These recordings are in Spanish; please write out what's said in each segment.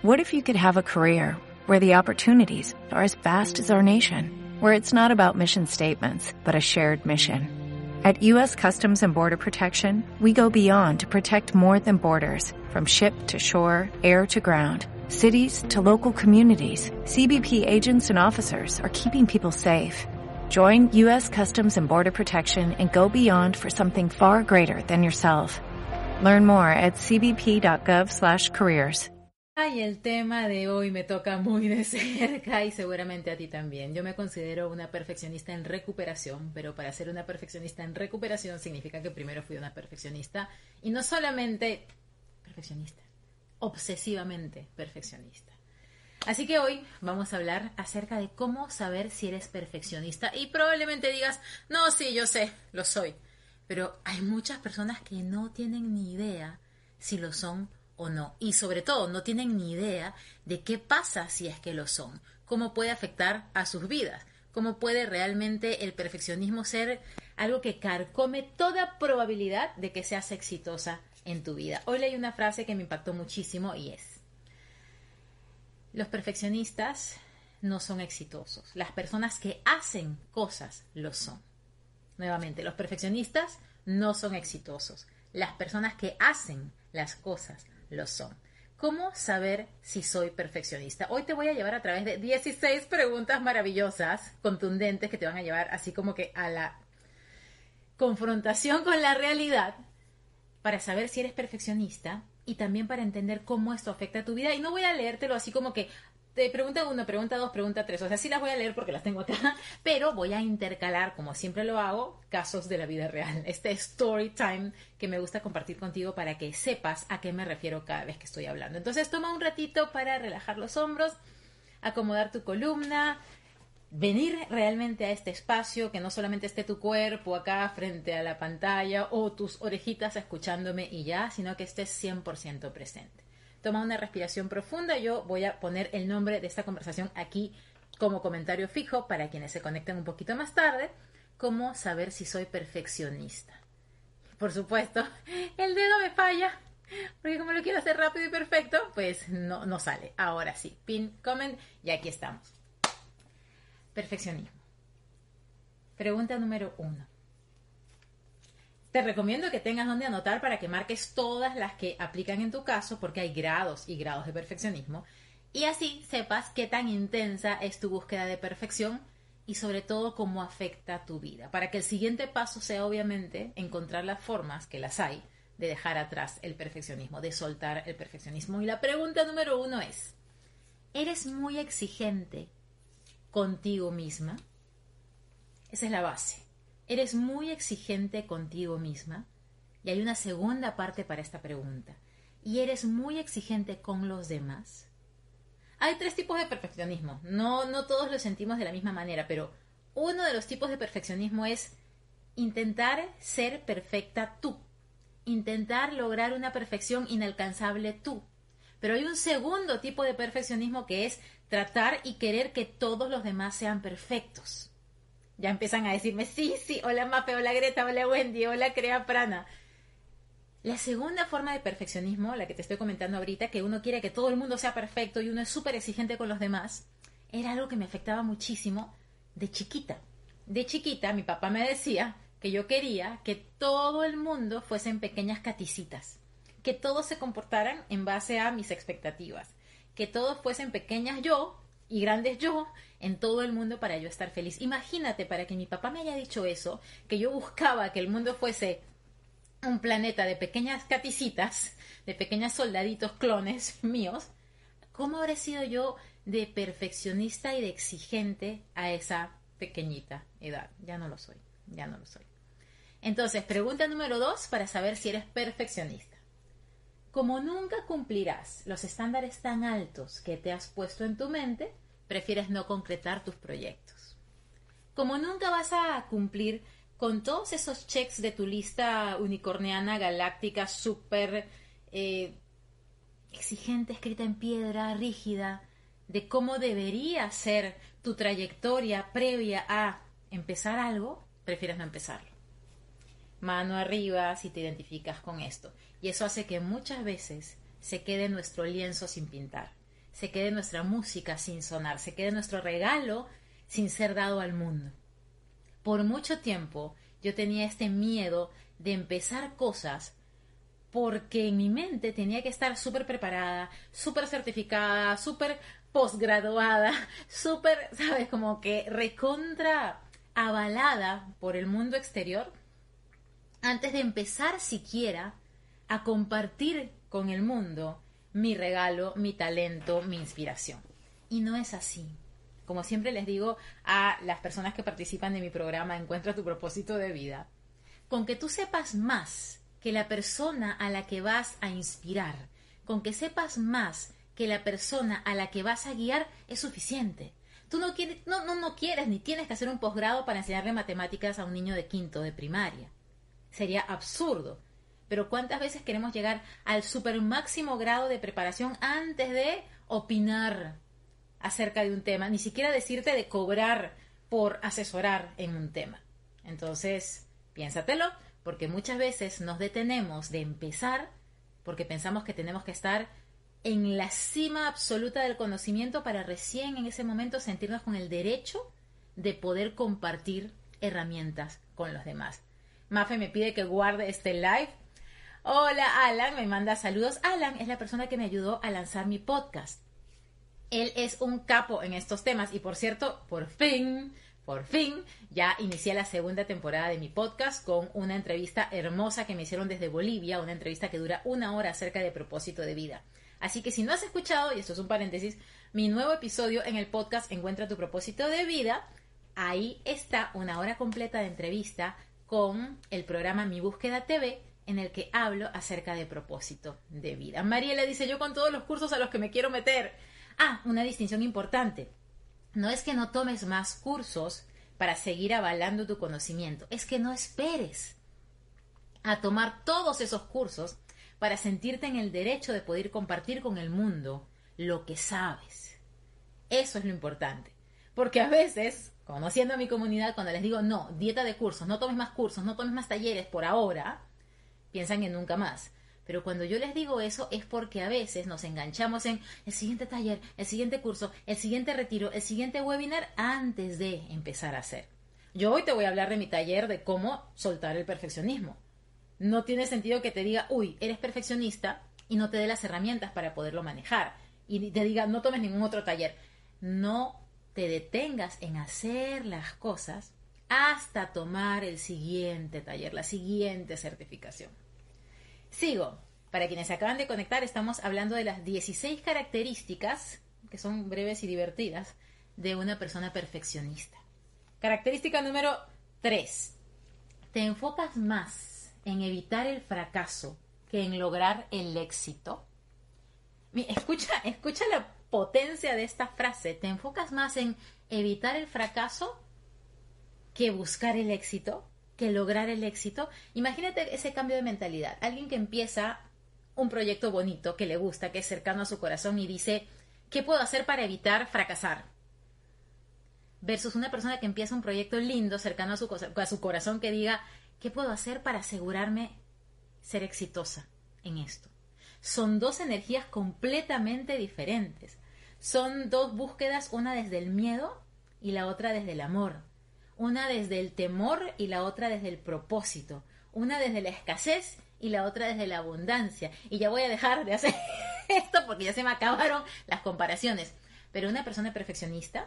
What if you could have a career where the opportunities are as vast as our nation, where it's not about mission statements, but a shared mission? At U.S. Customs and Border Protection, we go beyond to protect more than borders, from ship to shore, air to ground, cities to local communities. CBP agents and officers are keeping people safe. Join U.S. Customs and Border Protection and go beyond for something far greater than yourself. Learn more at cbp.gov/careers. Y el tema de hoy me toca muy de cerca y seguramente a ti también. Yo me considero una perfeccionista en recuperación, pero para ser una perfeccionista en recuperación significa que primero fui una perfeccionista y no solamente perfeccionista, obsesivamente perfeccionista. Así que hoy vamos a hablar acerca de cómo saber si eres perfeccionista y probablemente digas, no, sí, yo sé, lo soy. Pero hay muchas personas que no tienen ni idea si lo son o no. Y sobre todo no tienen ni idea de qué pasa si es que lo son. Cómo puede afectar a sus vidas. Cómo puede realmente el perfeccionismo ser algo que carcome toda probabilidad de que seas exitosa en tu vida. Hoy leí una frase que me impactó muchísimo y es: los perfeccionistas no son exitosos. Las personas que hacen cosas lo son. Nuevamente, los perfeccionistas no son exitosos. Las personas que hacen las cosas lo son. ¿Cómo saber si soy perfeccionista? Hoy te voy a llevar a través de 16 preguntas maravillosas, contundentes, que te van a llevar así como que a la confrontación con la realidad para saber si eres perfeccionista y también para entender cómo esto afecta a tu vida. Y no voy a leértelo así como que te pregunta 1, pregunta 2, pregunta 3. O sea, sí las voy a leer porque las tengo acá, pero voy a intercalar, como siempre lo hago, casos de la vida real. Este story time que me gusta compartir contigo para que sepas a qué me refiero cada vez que estoy hablando. Entonces, toma un ratito para relajar los hombros, acomodar tu columna, venir realmente a este espacio, que no solamente esté tu cuerpo acá frente a la pantalla o tus orejitas escuchándome y ya, sino que estés 100% presente. Toma una respiración profunda. Yo voy a poner el nombre de esta conversación aquí como comentario fijo para quienes se conecten un poquito más tarde. ¿Cómo saber si soy perfeccionista? Por supuesto, el dedo me falla, porque como lo quiero hacer rápido y perfecto, pues no sale. Ahora sí, pin, comment, y aquí estamos. Perfeccionismo. Pregunta número 1. Te recomiendo que tengas donde anotar para que marques todas las que aplican en tu caso, porque hay grados y grados de perfeccionismo, y así sepas qué tan intensa es tu búsqueda de perfección y sobre todo cómo afecta tu vida, para que el siguiente paso sea obviamente encontrar las formas, que las hay, de dejar atrás el perfeccionismo, de soltar el perfeccionismo. Y la pregunta número 1 es: ¿eres muy exigente contigo misma? Esa es la base. ¿Eres muy exigente contigo misma? Y hay una segunda parte para esta pregunta. ¿Y eres muy exigente con los demás? Hay 3 tipos de perfeccionismo. No todos lo sentimos de la misma manera, pero uno de los tipos de perfeccionismo es intentar ser perfecta tú. Intentar lograr una perfección inalcanzable tú. Pero hay un segundo tipo de perfeccionismo que es tratar y querer que todos los demás sean perfectos. Ya empiezan a decirme, sí, hola Mafe, hola Greta, hola Wendy, hola Crea Prana. La segunda forma de perfeccionismo, la que te estoy comentando ahorita, que uno quiere que todo el mundo sea perfecto y uno es súper exigente con los demás, era algo que me afectaba muchísimo de chiquita. De chiquita, mi papá me decía que yo quería que todo el mundo fuesen pequeñas caticitas, que todos se comportaran en base a mis expectativas, que todos fuesen pequeñas yo y grandes yo en todo el mundo para yo estar feliz. Imagínate, para que mi papá me haya dicho eso, que yo buscaba que el mundo fuese un planeta de pequeñas caticitas, de pequeños soldaditos clones míos, ¿cómo habré sido yo de perfeccionista y de exigente a esa pequeñita edad? Ya no lo soy. Entonces, pregunta número 2 para saber si eres perfeccionista. Como nunca cumplirás los estándares tan altos que te has puesto en tu mente, prefieres no concretar tus proyectos. Como nunca vas a cumplir con todos esos checks de tu lista unicorniana, galáctica, súper exigente, escrita en piedra, rígida, de cómo debería ser tu trayectoria previa a empezar algo, prefieres no empezarlo. Mano arriba si te identificas con esto. Y eso hace que muchas veces se quede nuestro lienzo sin pintar. se quede nuestra música sin sonar, se quede nuestro regalo sin ser dado al mundo. Por mucho tiempo yo tenía este miedo de empezar cosas porque en mi mente tenía que estar súper preparada, súper certificada, súper posgraduada, súper, ¿sabes? Como que recontra avalada por el mundo exterior antes de empezar siquiera a compartir con el mundo mi regalo, mi talento, mi inspiración. Y no es así. Como siempre les digo a las personas que participan de mi programa Encuentra tu propósito de vida, con que tú sepas más que la persona a la que vas a inspirar, con que sepas más que la persona a la que vas a guiar es suficiente. Tú no quieres ni tienes que hacer un posgrado para enseñarle matemáticas a un niño de quinto de primaria. Sería absurdo. Pero ¿cuántas veces queremos llegar al super máximo grado de preparación antes de opinar acerca de un tema? Ni siquiera decirte de cobrar por asesorar en un tema. Entonces, piénsatelo, porque muchas veces nos detenemos de empezar porque pensamos que tenemos que estar en la cima absoluta del conocimiento para recién en ese momento sentirnos con el derecho de poder compartir herramientas con los demás. Mafe me pide que guarde este live. Hola, Alan, me manda saludos. Alan es la persona que me ayudó a lanzar mi podcast. Él es un capo en estos temas y, por cierto, por fin, ya inicié la segunda temporada de mi podcast con una entrevista hermosa que me hicieron desde Bolivia, una entrevista que dura 1 hora acerca de propósito de vida. Así que si no has escuchado, y esto es un paréntesis, mi nuevo episodio en el podcast Encuentra tu propósito de vida, ahí está 1 hora completa de entrevista con el programa Mi Búsqueda TV, en el que hablo acerca de propósito de vida. Mariela dice, yo con todos los cursos a los que me quiero meter. Una distinción importante. No es que no tomes más cursos para seguir avalando tu conocimiento, es que no esperes a tomar todos esos cursos para sentirte en el derecho de poder compartir con el mundo lo que sabes. Eso es lo importante. Porque a veces, conociendo a mi comunidad, cuando les digo, no, dieta de cursos, no tomes más cursos, no tomes más talleres por ahora, piensan en nunca más. Pero cuando yo les digo eso es porque a veces nos enganchamos en el siguiente taller, el siguiente curso, el siguiente retiro, el siguiente webinar antes de empezar a hacer. Yo hoy te voy a hablar de mi taller de cómo soltar el perfeccionismo. No tiene sentido que te diga, uy, eres perfeccionista y no te dé las herramientas para poderlo manejar. Y te diga, no tomes ningún otro taller. No te detengas en hacer las cosas hasta tomar el siguiente taller, la siguiente certificación. Sigo. Para quienes se acaban de conectar, estamos hablando de las 16 características, que son breves y divertidas, de una persona perfeccionista. Característica número 3. Te enfocas más en evitar el fracaso que en lograr el éxito. Escucha la potencia de esta frase. Te enfocas más en evitar el fracaso que buscar el éxito, que lograr el éxito. Imagínate ese cambio de mentalidad. Alguien que empieza un proyecto bonito, que le gusta, que es cercano a su corazón y dice, ¿qué puedo hacer para evitar fracasar? Versus una persona que empieza un proyecto lindo, cercano a su corazón, que diga, ¿qué puedo hacer para asegurarme ser exitosa en esto? Son dos energías completamente diferentes. Son dos búsquedas, una desde el miedo y la otra desde el amor. Una desde el temor y la otra desde el propósito. Una desde la escasez y la otra desde la abundancia. Y ya voy a dejar de hacer esto porque ya se me acabaron las comparaciones. Pero una persona perfeccionista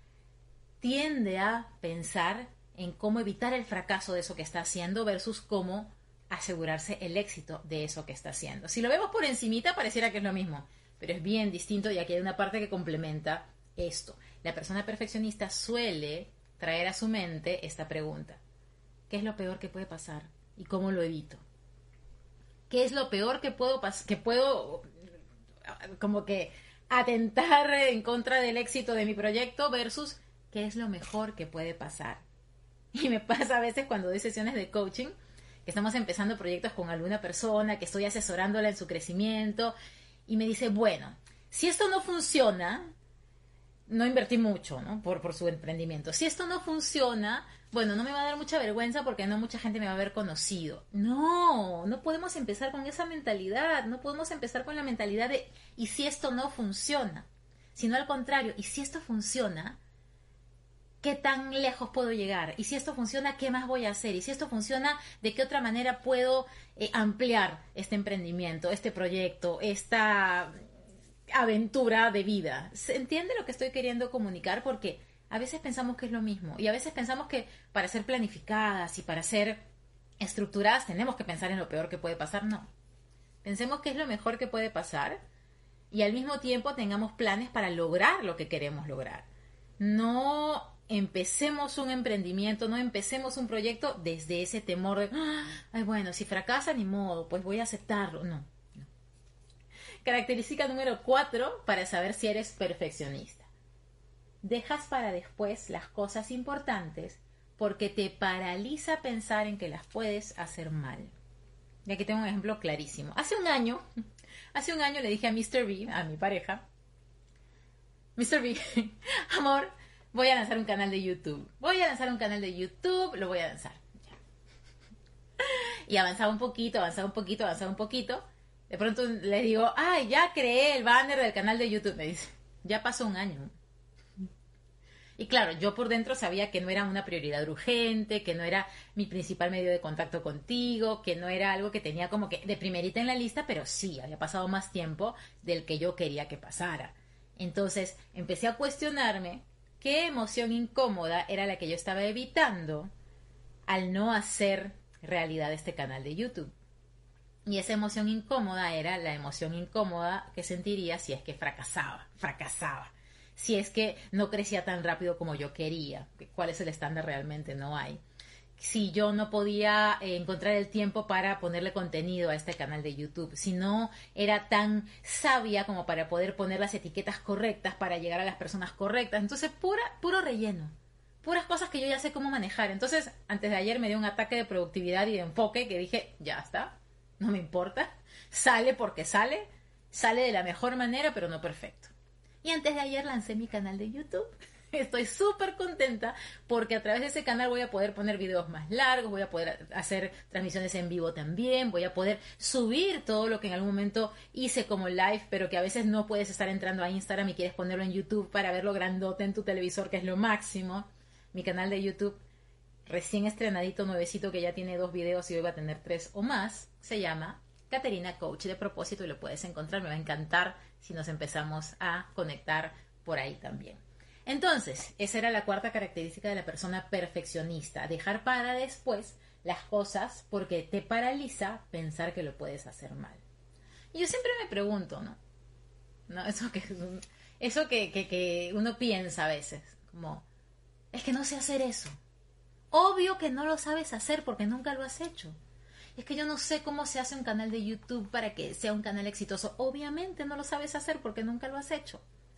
tiende a pensar en cómo evitar el fracaso de eso que está haciendo versus cómo asegurarse el éxito de eso que está haciendo. Si lo vemos por encimita pareciera que es lo mismo, pero es bien distinto y aquí hay una parte que complementa esto. La persona perfeccionista suele traer a su mente esta pregunta. ¿Qué es lo peor que puede pasar? ¿Y cómo lo evito? ¿Qué es lo peor que puedo como que atentar en contra del éxito de mi proyecto versus qué es lo mejor que puede pasar? Y me pasa a veces cuando doy sesiones de coaching, que estamos empezando proyectos con alguna persona, que estoy asesorándola en su crecimiento, y me dice, bueno, si esto no funciona, no invertí mucho, ¿no? Por su emprendimiento. Si esto no funciona, bueno, no me va a dar mucha vergüenza porque no mucha gente me va a haber conocido. No podemos empezar con esa mentalidad, no podemos empezar con la mentalidad de, ¿y si esto no funciona? sino al contrario, ¿y si esto funciona? ¿Qué tan lejos puedo llegar? Y si esto funciona, ¿qué más voy a hacer? Y si esto funciona, ¿de qué otra manera puedo ampliar este emprendimiento, este proyecto, esta aventura de vida? ¿Se entiende lo que estoy queriendo comunicar? Porque a veces pensamos que es lo mismo y a veces pensamos que para ser planificadas y para ser estructuradas tenemos que pensar en lo peor que puede pasar. No. Pensemos que es lo mejor que puede pasar y al mismo tiempo tengamos planes para lograr lo que queremos lograr. No empecemos un emprendimiento, no empecemos un proyecto desde ese temor de, ay, bueno, si fracasa, ni modo, pues voy a aceptarlo. No. Característica número 4 para saber si eres perfeccionista. Dejas para después las cosas importantes porque te paraliza pensar en que las puedes hacer mal. Y aquí tengo un ejemplo clarísimo. Hace un año le dije a Mr. B, a mi pareja, Mr. B, amor, voy a lanzar un canal de YouTube. Lo voy a lanzar. Y avanzaba un poquito. De pronto le digo, ay, ya creé el banner del canal de YouTube. Me dice, ya pasó un año. Y claro, yo por dentro sabía que no era una prioridad urgente, que no era mi principal medio de contacto contigo, que no era algo que tenía como que de primerita en la lista, pero sí, había pasado más tiempo del que yo quería que pasara. Entonces empecé a cuestionarme qué emoción incómoda era la que yo estaba evitando al no hacer realidad este canal de YouTube. Y esa emoción incómoda era la emoción incómoda que sentiría si es que fracasaba. Si es que no crecía tan rápido como yo quería. ¿Cuál es el estándar realmente? No hay. Si yo no podía encontrar el tiempo para ponerle contenido a este canal de YouTube, si no era tan sabia como para poder poner las etiquetas correctas para llegar a las personas correctas. Entonces, puro relleno. Puras cosas que yo ya sé cómo manejar. Entonces, antes de ayer me dio un ataque de productividad y de enfoque que dije, ya está, no me importa. Sale porque sale de la mejor manera, pero no perfecto. Y antes de ayer lancé mi canal de YouTube. Estoy súper contenta porque a través de ese canal voy a poder poner videos más largos, voy a poder hacer transmisiones en vivo también, voy a poder subir todo lo que en algún momento hice como live, pero que a veces no puedes estar entrando a Instagram y quieres ponerlo en YouTube para verlo grandote en tu televisor, que es lo máximo. Mi canal de YouTube, recién estrenadito, nuevecito, que ya tiene 2 videos y hoy va a tener 3 o más, se llama Caterina Coach de Propósito y lo puedes encontrar. Me va a encantar si nos empezamos a conectar por ahí también. Entonces, esa era la 4ª característica de la persona perfeccionista, dejar para después las cosas porque te paraliza pensar que lo puedes hacer mal. Y yo siempre me pregunto, ¿no? Eso que uno piensa a veces, como, es que no sé hacer eso. Obvio que no lo sabes hacer porque nunca lo has hecho. Es que yo no sé cómo se hace un canal de YouTube para que sea un canal exitoso. Obviamente no lo sabes hacer porque nunca lo has hecho.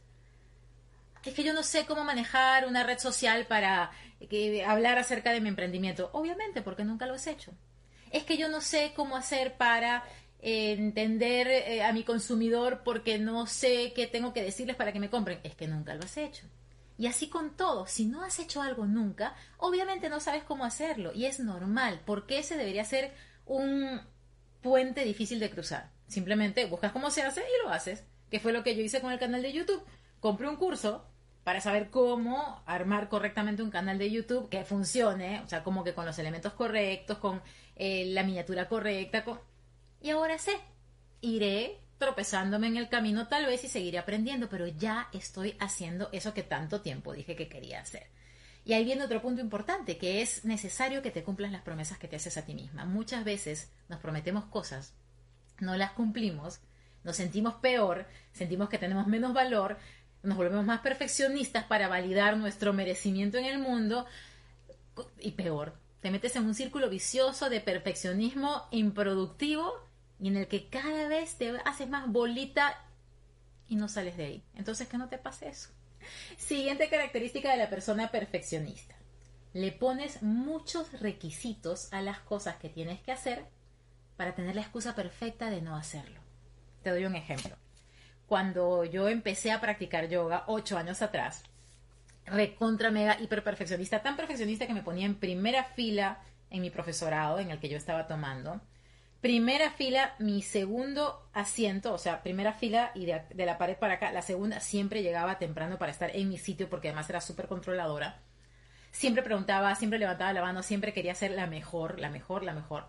Es que yo no sé cómo manejar una red social para hablar acerca de mi emprendimiento. Obviamente, porque nunca lo has hecho. Es que yo no sé cómo hacer para entender a mi consumidor porque no sé qué tengo que decirles para que me compren. Es que nunca lo has hecho. Y así con todo. Si no has hecho algo nunca, obviamente no sabes cómo hacerlo. Y es normal, porque ese debería ser un puente difícil de cruzar. Simplemente buscas cómo se hace y lo haces. Que fue lo que yo hice con el canal de YouTube. Compré un curso para saber cómo armar correctamente un canal de YouTube que funcione, o sea, como que con los elementos correctos, con la miniatura correcta. Y ahora sé, iré tropezándome en el camino tal vez y seguiré aprendiendo, pero ya estoy haciendo eso que tanto tiempo dije que quería hacer. Y ahí viene otro punto importante, que es necesario que te cumplas las promesas que te haces a ti misma. Muchas veces nos prometemos cosas, no las cumplimos, nos sentimos peor, sentimos que tenemos menos valor, nos volvemos más perfeccionistas para validar nuestro merecimiento en el mundo y peor, te metes en un círculo vicioso de perfeccionismo improductivo y en el que cada vez te haces más bolita y no sales de ahí. Entonces, que no te pase eso. Siguiente característica de la persona perfeccionista. Le pones muchos requisitos a las cosas que tienes que hacer para tener la excusa perfecta de no hacerlo. Te doy un ejemplo. Cuando yo empecé a practicar yoga 8 años atrás, recontra mega hiper perfeccionista, tan perfeccionista que me ponía en primera fila en mi profesorado en el que yo estaba tomando, Primera fila, mi segundo asiento, o sea, primera fila y de la pared para acá, la segunda siempre llegaba temprano para estar en mi sitio porque además era súper controladora. Siempre preguntaba, siempre levantaba la mano, siempre quería ser la mejor, la mejor, la mejor.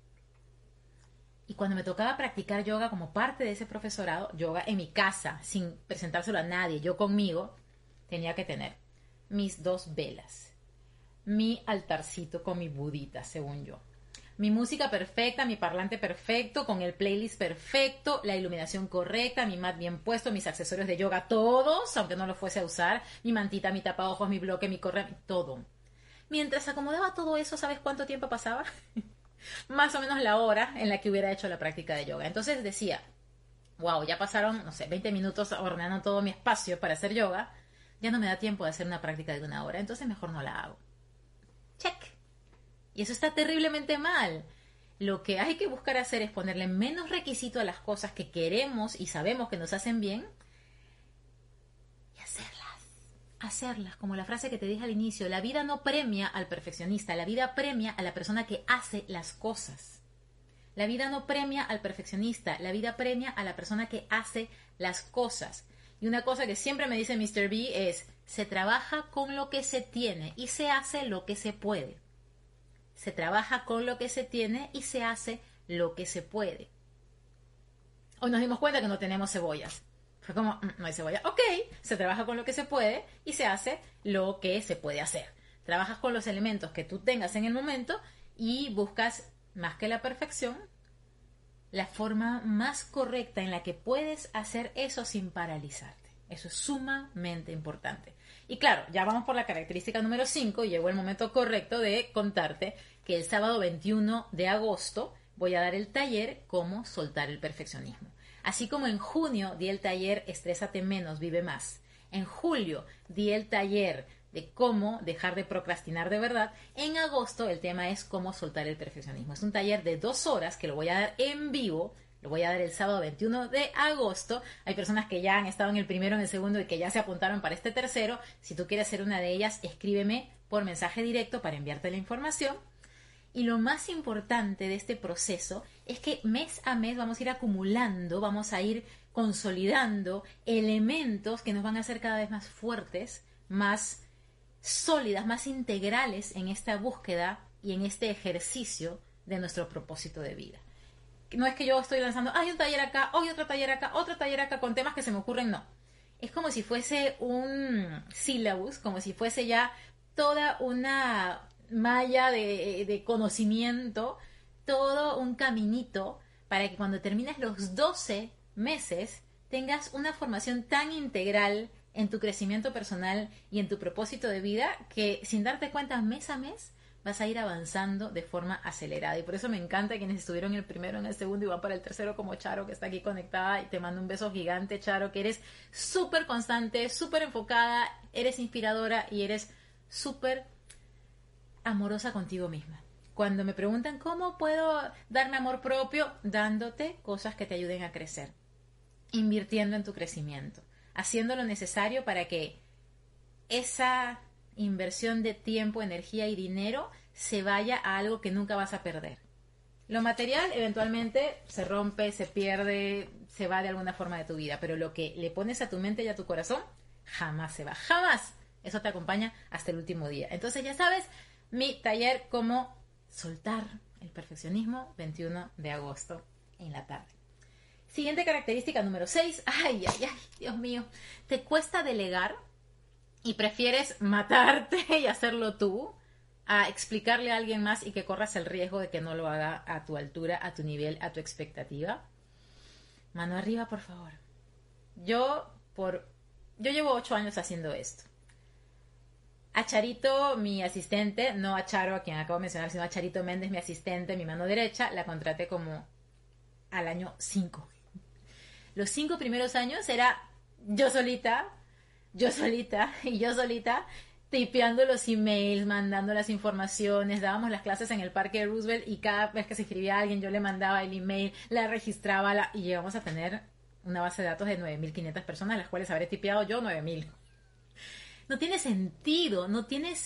Y cuando me tocaba practicar yoga como parte de ese profesorado, yoga en mi casa, sin presentárselo a nadie, yo conmigo, tenía que tener mis 2 velas, mi altarcito con mi budita, según yo, mi música perfecta, mi parlante perfecto, con el playlist perfecto, la iluminación correcta, mi mat bien puesto, mis accesorios de yoga todos, aunque no los fuese a usar, mi mantita, mi tapaojos, mi bloque, mi correa, todo. Mientras acomodaba todo eso, ¿sabes cuánto tiempo pasaba? Más o menos la hora en la que hubiera hecho la práctica de yoga. Entonces decía, wow, ya pasaron, no sé, 20 minutos ordenando todo mi espacio para hacer yoga, ya no me da tiempo de hacer una práctica de 1 hora, entonces mejor no la hago. Check. Y eso está terriblemente mal. Lo que hay que buscar hacer es ponerle menos requisito a las cosas que queremos y sabemos que nos hacen bien y hacerlas, como la frase que te dije al inicio, la vida no premia al perfeccionista, la vida premia a la persona que hace las cosas. La vida no premia al perfeccionista, la vida premia a la persona que hace las cosas. Y una cosa que siempre me dice Mr. B es, se trabaja con lo que se tiene y se hace lo que se puede. Se trabaja con lo que se tiene y se hace lo que se puede. Hoy nos dimos cuenta que no tenemos cebollas. Fue como, no hay cebolla. Ok, se trabaja con lo que se puede y se hace lo que se puede hacer. Trabajas con los elementos que tú tengas en el momento y buscas, más que la perfección, la forma más correcta en la que puedes hacer eso sin paralizarte. Eso es sumamente importante. Y claro, ya vamos por la característica número 5 y llegó el momento correcto de contarte que el sábado 21 de agosto voy a dar el taller Cómo soltar el perfeccionismo. Así como en junio di el taller Estrésate menos, vive más. En julio di el taller de cómo dejar de procrastinar de verdad. En agosto el tema es cómo soltar el perfeccionismo. Es un taller de 2 horas que lo voy a dar en vivo. Lo voy a dar el sábado 21 de agosto. Hay personas que ya han estado en el primero, en el segundo y que ya se apuntaron para este tercero. Si tú quieres ser una de ellas, escríbeme por mensaje directo para enviarte la información. Y lo más importante de este proceso es que mes a mes vamos a ir acumulando, vamos a ir consolidando elementos que nos van a hacer cada vez más fuertes, más sólidas, más integrales en esta búsqueda y en este ejercicio de nuestro propósito de vida. No es que yo estoy lanzando, hay un taller acá, hoy otro taller acá con temas que se me ocurren, no. Es como si fuese un syllabus, como si fuese ya toda una malla de conocimiento, todo un caminito para que cuando termines los 12 meses tengas una formación tan integral en tu crecimiento personal y en tu propósito de vida que sin darte cuenta mes a mes vas a ir avanzando de forma acelerada. Y por eso me encanta quienes estuvieron en el primero, en el segundo y van para el tercero, como Charo, que está aquí conectada. Y te mando un beso gigante, Charo, que eres súper constante, súper enfocada, eres inspiradora y eres súper amorosa contigo misma. Cuando me preguntan cómo puedo darme amor propio, dándote cosas que te ayuden a crecer, invirtiendo en tu crecimiento, haciendo lo necesario para que esa inversión de tiempo, energía y dinero se vaya a algo que nunca vas a perder. Lo material eventualmente se rompe, se pierde, se va de alguna forma de tu vida, pero lo que le pones a tu mente y a tu corazón jamás se va, jamás. Eso te acompaña hasta el último día. Entonces ya sabes, mi taller Cómo soltar el perfeccionismo, 21 de agosto en la tarde. Siguiente característica número 6. Ay, Dios mío. ¿Te cuesta delegar y prefieres matarte y hacerlo tú a explicarle a alguien más y que corras el riesgo de que no lo haga a tu altura, a tu nivel, a tu expectativa? Mano arriba, por favor. Yo llevo 8 años haciendo esto. A Charito, mi asistente, no a Charo, a quien acabo de mencionar, sino a Charito Méndez, mi asistente, mi mano derecha, la contraté como al año 5. Los 5 primeros años era yo solita, tipeando los emails, mandando las informaciones, dábamos las clases en el Parque Roosevelt y cada vez que se escribía a alguien yo le mandaba el email, la registraba y llegamos a tener una base de datos de 9.500 personas, las cuales habré tipeado yo 9.000. No tiene sentido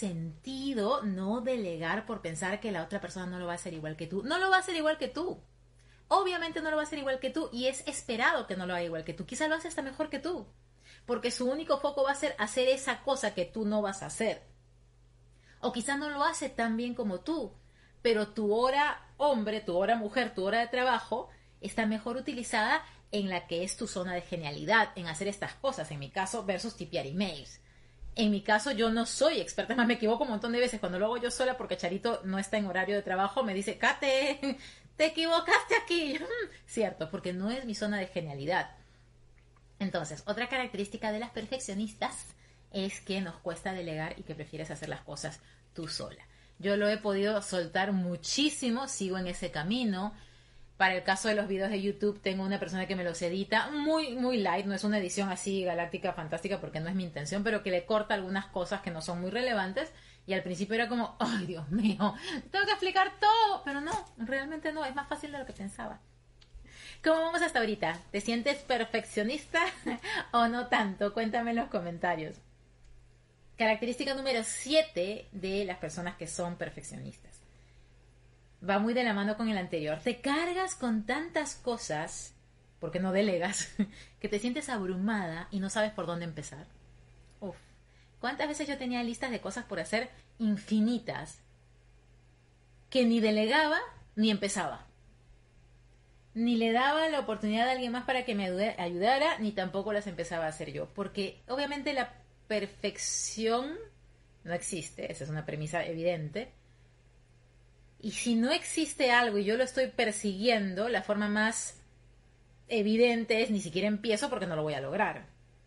no delegar por pensar que la otra persona no lo va a hacer igual que tú. No lo va a hacer igual que tú. Obviamente no lo va a hacer igual que tú y es esperado que no lo haga igual que tú. Quizás lo hace hasta mejor que tú, porque su único foco va a ser hacer esa cosa que tú no vas a hacer. O quizás no lo hace tan bien como tú, pero tu hora hombre, tu hora mujer, tu hora de trabajo está mejor utilizada en la que es tu zona de genialidad, en hacer estas cosas, en mi caso, versus tipear emails. En mi caso, yo no soy experta, más me equivoco un montón de veces cuando lo hago yo sola porque Charito no está en horario de trabajo, me dice, Kate, te equivocaste aquí. Cierto, porque no es mi zona de genialidad. Entonces, otra característica de las perfeccionistas es que nos cuesta delegar y que prefieres hacer las cosas tú sola. Yo lo he podido soltar muchísimo, sigo en ese camino. Para el caso de los videos de YouTube, tengo una persona que me los edita muy, muy light. No es una edición así galáctica, fantástica, porque no es mi intención, pero que le corta algunas cosas que no son muy relevantes. Y al principio era como, ay, Dios mío, tengo que explicar todo. Pero no, realmente no, es más fácil de lo que pensaba. ¿Cómo vamos hasta ahorita? ¿Te sientes perfeccionista o no tanto? Cuéntame en los comentarios. Característica número 7 de las personas que son perfeccionistas. Va muy de la mano con el anterior. Te cargas con tantas cosas, porque no delegas, que te sientes abrumada y no sabes por dónde empezar. Uf. ¿Cuántas veces yo tenía listas de cosas por hacer infinitas que ni delegaba ni empezaba? Ni le daba la oportunidad a alguien más para que me ayudara, ni tampoco las empezaba a hacer yo. Porque obviamente la perfección no existe, esa es una premisa evidente. Y si no existe algo y yo lo estoy persiguiendo, la forma más evidente es ni siquiera empiezo porque no lo voy a lograr.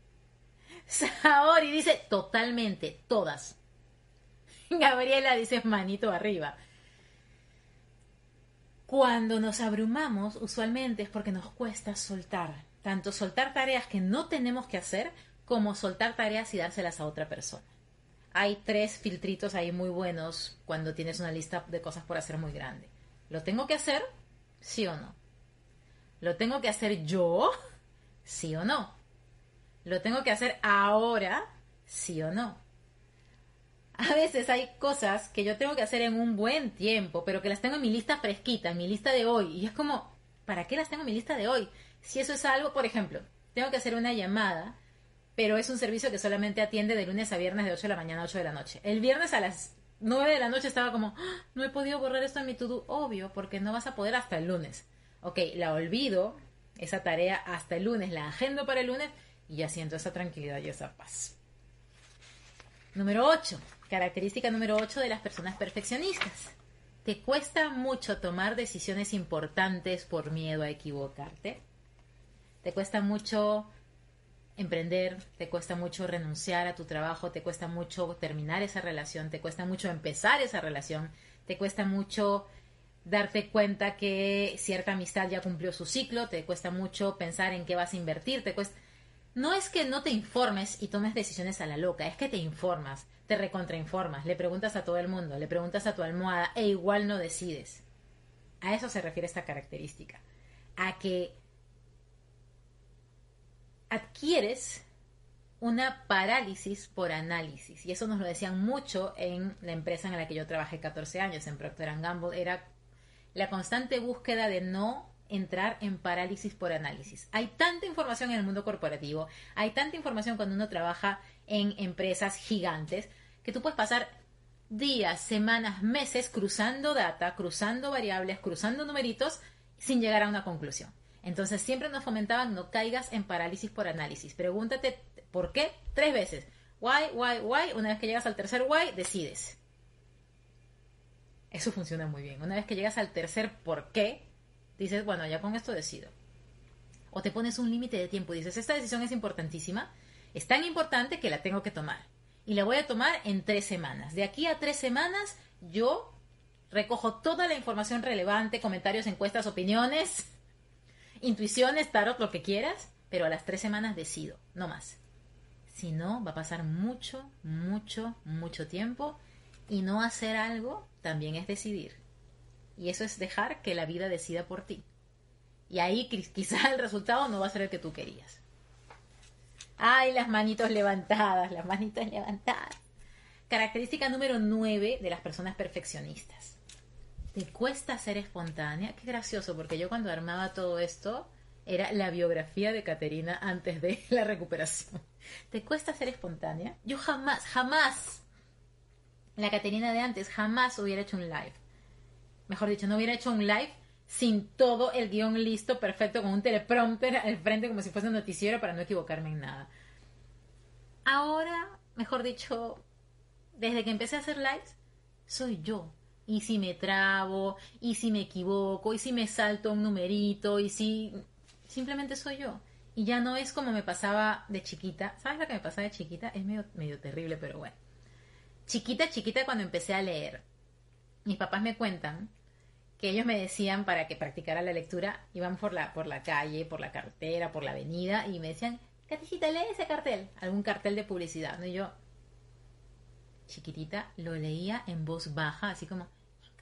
Saori dice totalmente, todas. Gabriela dice manito arriba. Cuando nos abrumamos, usualmente es porque nos cuesta soltar. Tanto soltar tareas que no tenemos que hacer, como soltar tareas y dárselas a otra persona. Hay 3 filtritos ahí muy buenos cuando tienes una lista de cosas por hacer muy grande. ¿Lo tengo que hacer? ¿Sí o no? ¿Lo tengo que hacer yo? ¿Sí o no? ¿Lo tengo que hacer ahora? ¿Sí o no? A veces hay cosas que yo tengo que hacer en un buen tiempo, pero que las tengo en mi lista fresquita, en mi lista de hoy. Y es como, ¿para qué las tengo en mi lista de hoy? Si eso es algo, por ejemplo, tengo que hacer una llamada, pero es un servicio que solamente atiende de lunes a viernes de 8 de la mañana a 8 de la noche. El viernes a las 9 de la noche estaba como, no he podido borrar esto en mi to-do. Obvio, porque no vas a poder hasta el lunes. Ok, la olvido, esa tarea hasta el lunes, la agendo para el lunes y ya siento esa tranquilidad y esa paz. Número 8. Característica número 8 de las personas perfeccionistas. ¿Te cuesta mucho tomar decisiones importantes por miedo a equivocarte? ¿Te cuesta mucho emprender? ¿Te cuesta mucho renunciar a tu trabajo? ¿Te cuesta mucho terminar esa relación? ¿Te cuesta mucho empezar esa relación? ¿Te cuesta mucho darte cuenta que cierta amistad ya cumplió su ciclo? ¿Te cuesta mucho pensar en qué vas a invertir? ¿Te cuesta... No es que no te informes y tomes decisiones a la loca, es que te informas, te recontrainformas, le preguntas a todo el mundo, le preguntas a tu almohada e igual no decides. A eso se refiere esta característica, a que adquieres una parálisis por análisis. Y eso nos lo decían mucho en la empresa en la que yo trabajé 14 años, en Procter & Gamble. Era la constante búsqueda de no entrar en parálisis por análisis. Hay tanta información en el mundo corporativo, hay tanta información cuando uno trabaja en empresas gigantes, que tú puedes pasar días, semanas, meses cruzando data, cruzando variables, cruzando numeritos, sin llegar a una conclusión. Entonces siempre nos fomentaban no caigas en parálisis por análisis. Pregúntate ¿por qué? 3 veces. Why. Una vez que llegas al tercer why, decides. Eso funciona muy bien. Una vez que llegas al tercer por qué, dices, bueno, ya con esto decido. O te pones un límite de tiempo y dices, esta decisión es importantísima, es tan importante que la tengo que tomar. Y la voy a tomar en 3 semanas. De aquí a 3 semanas, yo recojo toda la información relevante, comentarios, encuestas, opiniones, intuiciones, tarot, lo que quieras, pero a las 3 semanas decido, no más. Si no, va a pasar mucho tiempo y no hacer algo también es decidir. Y eso es dejar que la vida decida por ti. Y ahí quizá el resultado no va a ser el que tú querías. ¡Ay, las manitos levantadas! Las manitos levantadas. Característica número 9 de las personas perfeccionistas. ¿Te cuesta ser espontánea? Qué gracioso, porque yo cuando armaba todo esto era la biografía de Caterina antes de la recuperación. ¿Te cuesta ser espontánea? Yo jamás, la Caterina de antes, jamás hubiera hecho un live. Mejor dicho, no hubiera hecho un live sin todo el guión listo, perfecto, con un teleprompter al frente como si fuese un noticiero para no equivocarme en nada. Ahora, mejor dicho, desde que empecé a hacer lives, soy yo. Y si me trabo, y si me equivoco, y si me salto un numerito, y si... Simplemente soy yo. Y ya no es como me pasaba de chiquita. ¿Sabes lo que me pasaba de chiquita? Es medio terrible, pero bueno. Chiquita, cuando empecé a leer. Mis papás me cuentan que ellos me decían para que practicara la lectura, iban por la calle, por la carretera, por la avenida, y me decían, Catecita, lee ese cartel. Algún cartel de publicidad, ¿no? Y yo, chiquitita, lo leía en voz baja, así como...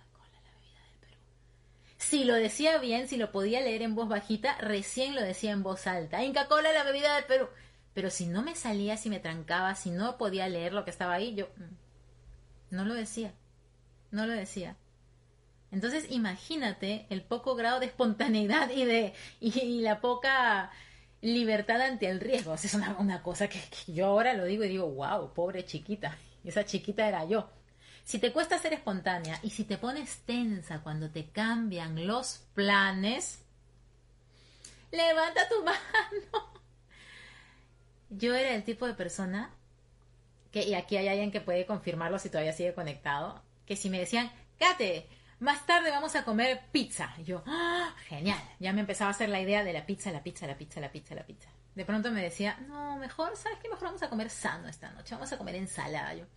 Si lo decía bien, si lo podía leer en voz bajita, recién lo decía en voz alta. Inca Kola, la bebida del Perú. Pero si no me salía, si me trancaba, si no podía leer lo que estaba ahí, yo no lo decía. No lo decía. Entonces, imagínate el poco grado de espontaneidad y la poca libertad ante el riesgo. O sea, es una cosa que yo ahora lo digo y digo, wow, pobre chiquita. Esa chiquita era yo. Si te cuesta ser espontánea y si te pones tensa cuando te cambian los planes, levanta tu mano. Yo era el tipo de persona que, y aquí hay alguien que puede confirmarlo si todavía sigue conectado, que si me decían, Kate, más tarde vamos a comer pizza. Y yo, ¡ah, genial! Ya me empezaba a hacer la idea de la pizza. De pronto me decía, no, mejor, ¿sabes qué? Mejor vamos a comer sano esta noche. Vamos a comer ensalada. Yo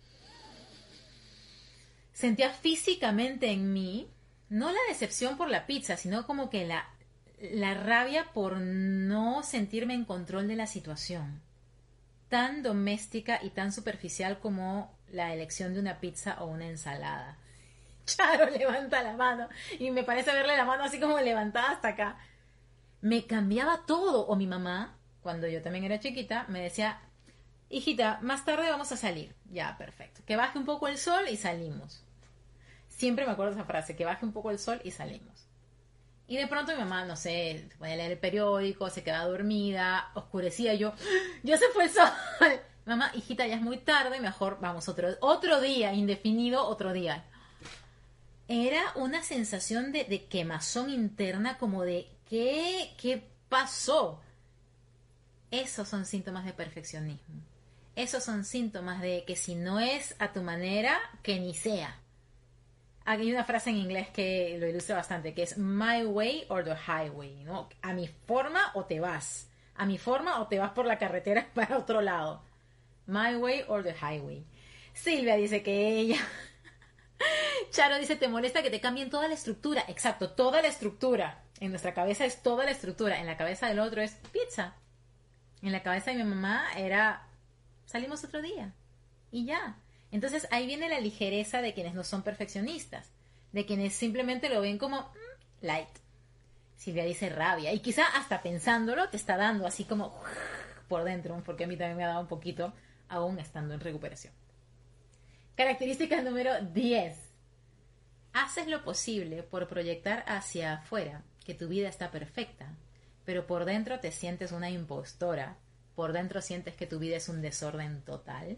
sentía físicamente en mí, no la decepción por la pizza, sino como que la rabia por no sentirme en control de la situación. Tan doméstica y tan superficial como la elección de una pizza o una ensalada. Charo levanta la mano y me parece verle la mano así como levantada hasta acá. Me cambiaba todo. O mi mamá, cuando yo también era chiquita, me decía, hijita, más tarde vamos a salir. Ya, perfecto. Que baje un poco el sol y salimos. Siempre me acuerdo de esa frase, que baje un poco el sol y salimos. Y de pronto mi mamá, no sé, se ponía a leer el periódico, se quedaba dormida, oscurecía, yo, ¡ya se fue el sol! Mamá, hijita, ya es muy tarde, mejor vamos otro día, indefinido, otro día. Era una sensación de quemazón interna, como de, ¿qué pasó? Esos son síntomas de perfeccionismo. Esos son síntomas de que si no es a tu manera, que ni sea. Hay una frase en inglés que lo ilustra bastante, que es my way or the highway, ¿no? A mi forma o te vas. A mi forma o te vas por la carretera para otro lado. My way or the highway. Silvia dice que ella... Charo dice, ¿te molesta que te cambien toda la estructura? Exacto, toda la estructura. En nuestra cabeza es toda la estructura. En la cabeza del otro es pizza. En la cabeza de mi mamá era, salimos otro día. Y ya. Entonces ahí viene la ligereza de quienes no son perfeccionistas, de quienes simplemente lo ven como light. Silvia dice rabia, y quizá hasta pensándolo te está dando así como por dentro, porque a mí también me ha dado un poquito, aún estando en recuperación. Característica número 10. Haces lo posible por proyectar hacia afuera que tu vida está perfecta, pero por dentro te sientes una impostora, por dentro sientes que tu vida es un desorden total.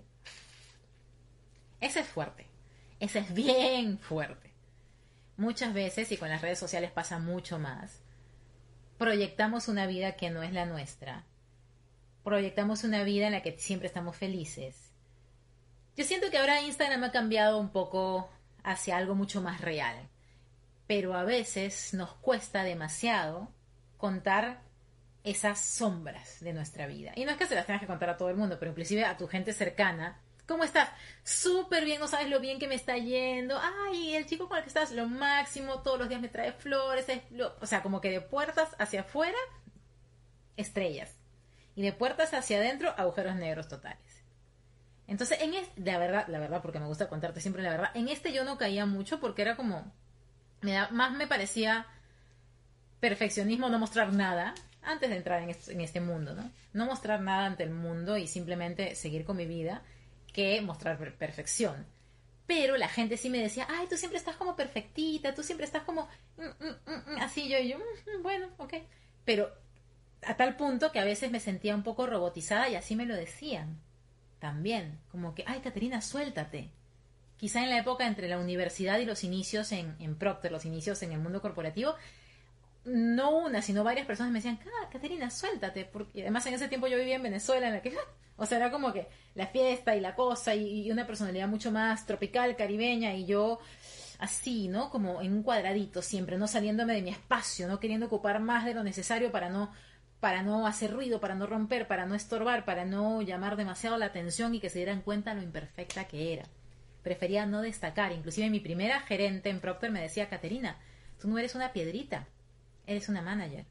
Ese es fuerte. Ese es bien fuerte. Muchas veces, y con las redes sociales pasa mucho más, proyectamos una vida que no es la nuestra. Proyectamos una vida en la que siempre estamos felices. Yo siento que ahora Instagram ha cambiado un poco hacia algo mucho más real. Pero a veces nos cuesta demasiado contar esas sombras de nuestra vida. Y no es que se las tengas que contar a todo el mundo, pero inclusive a tu gente cercana. ¿Cómo estás? Súper bien, no sabes lo bien que me está yendo. Ay, el chico con el que estás, lo máximo, todos los días me trae flores. O sea, como que de puertas hacia afuera, estrellas. Y de puertas hacia adentro, agujeros negros totales. Entonces, la verdad, porque me gusta contarte siempre la verdad, en yo no caía mucho porque era como, más me parecía perfeccionismo no mostrar nada antes de entrar en este mundo, ¿no? No mostrar nada ante el mundo y simplemente seguir con mi vida, que mostrar perfección. Pero la gente sí me decía, ay, tú siempre estás como perfectita, tú siempre estás como así, yo, bueno, ok. Pero a tal punto que a veces me sentía un poco robotizada y así me lo decían también. Como que, ay, Caterina, suéltate. Quizá en la época entre la universidad y los inicios en Procter, los inicios en el mundo corporativo, no una, sino varias personas me decían, Caterina, suéltate, porque además en ese tiempo yo vivía en Venezuela, en la que, o sea, era como que la fiesta y la cosa y una personalidad mucho más tropical, caribeña, y yo así, ¿no? Como en un cuadradito siempre, no saliéndome de mi espacio, no queriendo ocupar más de lo necesario para no hacer ruido, para no romper, para no estorbar, para no llamar demasiado la atención y que se dieran cuenta lo imperfecta que era. Prefería no destacar, inclusive mi primera gerente en Procter me decía, Caterina, tú no eres una piedrita, eres una manager.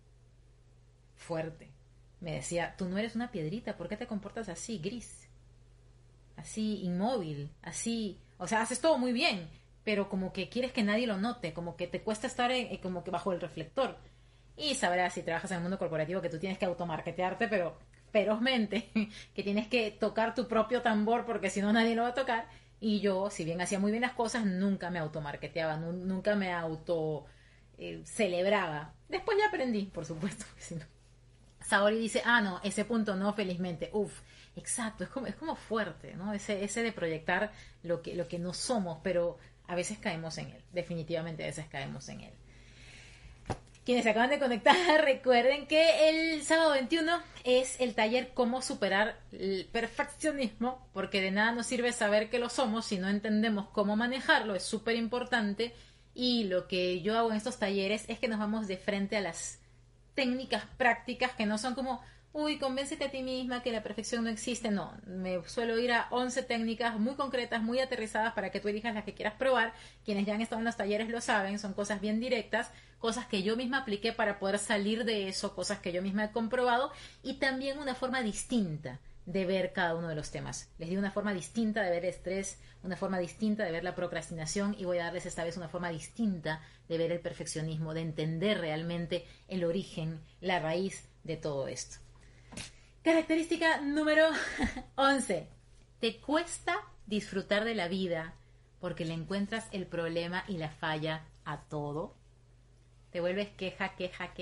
Fuerte. Me decía, tú no eres una piedrita, ¿por qué te comportas así, gris? Así, inmóvil, así... O sea, haces todo muy bien, pero como que quieres que nadie lo note, como que te cuesta estar como que bajo el reflector. Y sabrás, si trabajas en el mundo corporativo, que tú tienes que automarketearte, pero ferozmente, que tienes que tocar tu propio tambor porque si no nadie lo va a tocar. Y yo, si bien hacía muy bien las cosas, nunca me automarketeaba, nunca me auto celebraba. Después ya aprendí, por supuesto. Si no. Saori dice, no, ese punto no, felizmente. Uf, exacto, es como fuerte, ¿no? Ese de proyectar lo que no somos, pero a veces caemos en él. Definitivamente a veces caemos en él. Quienes se acaban de conectar, recuerden que el sábado 21 es el taller Cómo superar el perfeccionismo, porque de nada nos sirve saber que lo somos si no entendemos cómo manejarlo, es súper importante. Y lo que yo hago en estos talleres es que nos vamos de frente a las técnicas prácticas que no son como, uy, convéncete a ti misma que la perfección no existe. No, me suelo ir a 11 técnicas muy concretas, muy aterrizadas para que tú elijas las que quieras probar. Quienes ya han estado en los talleres lo saben, son cosas bien directas, cosas que yo misma apliqué para poder salir de eso, cosas que yo misma he comprobado y también una forma distinta de ver cada uno de los temas. Les di una forma distinta de ver el estrés, una forma distinta de ver la procrastinación y voy a darles esta vez una forma distinta de ver el perfeccionismo, de entender realmente el origen, la raíz de todo esto. Característica número 11. Te cuesta disfrutar de la vida porque le encuentras el problema y la falla a todo. Te vuelves queja.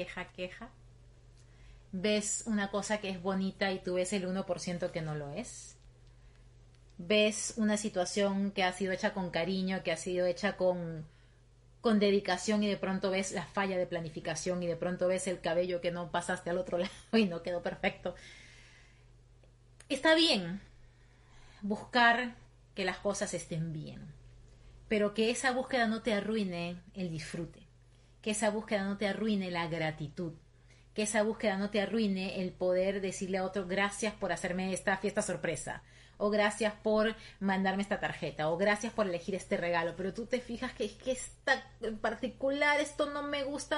Ves una cosa que es bonita y tú ves el 1% que no lo es. Ves una situación que ha sido hecha con cariño, que ha sido hecha con dedicación y de pronto ves la falla de planificación y de pronto ves el cabello que no pasaste al otro lado y no quedó perfecto. Está bien buscar que las cosas estén bien, pero que esa búsqueda no te arruine el disfrute, que esa búsqueda no te arruine la gratitud, que esa búsqueda no te arruine el poder decirle a otro gracias por hacerme esta fiesta sorpresa, o gracias por mandarme esta tarjeta, o gracias por elegir este regalo, pero tú te fijas que esta en particular, esto no me gusta,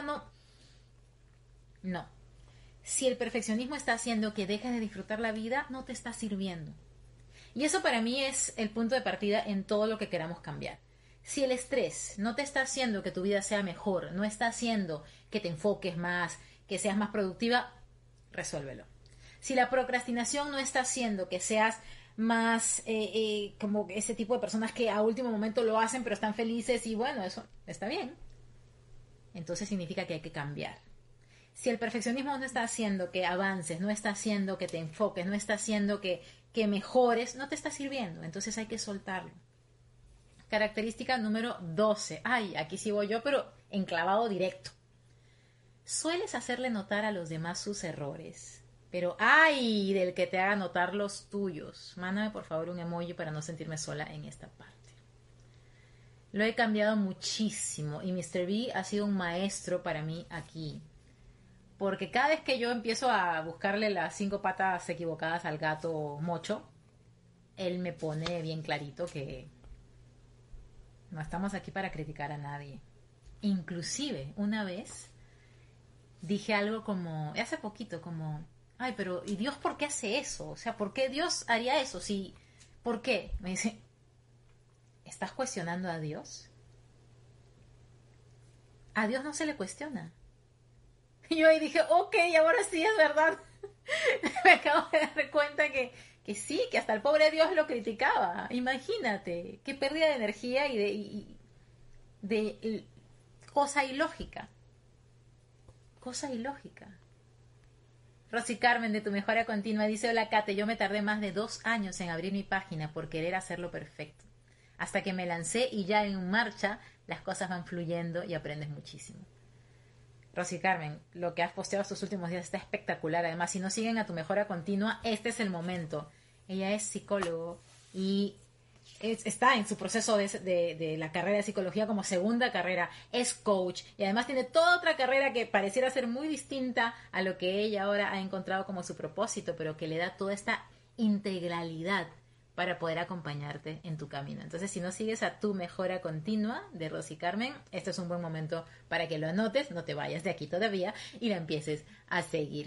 no. Si el perfeccionismo está haciendo que dejes de disfrutar la vida, no te está sirviendo. Y eso para mí es el punto de partida en todo lo que queramos cambiar. Si el estrés no te está haciendo que tu vida sea mejor, no está haciendo que te enfoques más, que seas más productiva, resuélvelo. Si la procrastinación no está haciendo que seas más como ese tipo de personas que a último momento lo hacen pero están felices y bueno, eso está bien, entonces significa que hay que cambiar. Si el perfeccionismo no está haciendo que avances, no está haciendo que te enfoques, no está haciendo que mejores, no te está sirviendo, entonces hay que soltarlo. Característica número 12. Ay, aquí sí voy yo, pero enclavado directo. Sueles hacerle notar a los demás sus errores, pero ay del que te haga notar los tuyos. Mándame por favor un emoji para no sentirme sola en esta parte. Lo he cambiado muchísimo y Mr. B ha sido un maestro para mí aquí. Porque cada vez que yo empiezo a buscarle las 5 patas equivocadas al gato mocho, él me pone bien clarito que no estamos aquí para criticar a nadie. Inclusive, una vez dije algo como, hace poquito, como, ay, pero ¿y Dios por qué hace eso? O sea, ¿por qué Dios haría eso? Sí, ¿por qué? Me dice, ¿estás cuestionando a Dios? A Dios no se le cuestiona. Y yo ahí dije, ok, ahora sí es verdad. Me acabo de dar cuenta que sí, que hasta el pobre Dios lo criticaba. Imagínate, qué pérdida de energía de cosa ilógica. Cosa ilógica. Rosy Carmen de Tu Mejora Continua dice: hola Kate, yo me tardé más de 2 años en abrir mi página por querer hacerlo perfecto. Hasta que me lancé y ya en marcha las cosas van fluyendo y aprendes muchísimo. Rosy Carmen, lo que has posteado estos últimos días está espectacular. Además, si no siguen a Tu Mejora Continua, este es el momento. Ella es psicólogo y está en su proceso de la carrera de psicología como segunda carrera, es coach y además tiene toda otra carrera que pareciera ser muy distinta a lo que ella ahora ha encontrado como su propósito, pero que le da toda esta integralidad para poder acompañarte en tu camino. Entonces, si no sigues a Tu Mejora Continua de Rosy Carmen, este es un buen momento para que lo anotes, no te vayas de aquí todavía y la empieces a seguir.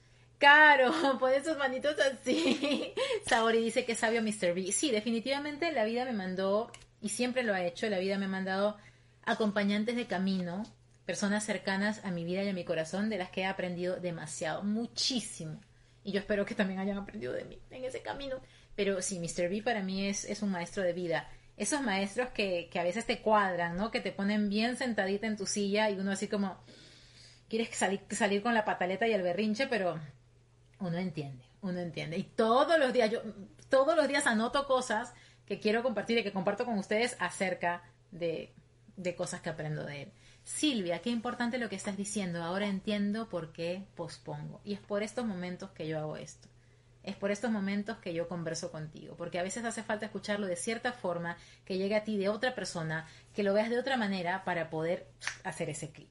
Caro, pon esos manitos así. Saori dice que sabio Mr. B. Sí, definitivamente la vida me mandó, y siempre lo ha hecho, la vida me ha mandado acompañantes de camino, personas cercanas a mi vida y a mi corazón, de las que he aprendido demasiado, muchísimo. Y yo espero que también hayan aprendido de mí en ese camino. Pero sí, Mr. B para mí es un maestro de vida. Esos maestros que a veces te cuadran, ¿no? Que te ponen bien sentadita en tu silla y uno así como, quieres salir con la pataleta y el berrinche, pero uno entiende. Y todos los días anoto cosas que quiero compartir y que comparto con ustedes acerca de cosas que aprendo de él. Silvia, qué importante lo que estás diciendo. Ahora entiendo por qué pospongo. Y es por estos momentos que yo hago esto. Es por estos momentos que yo converso contigo. Porque a veces hace falta escucharlo de cierta forma, que llegue a ti de otra persona, que lo veas de otra manera para poder hacer ese clic.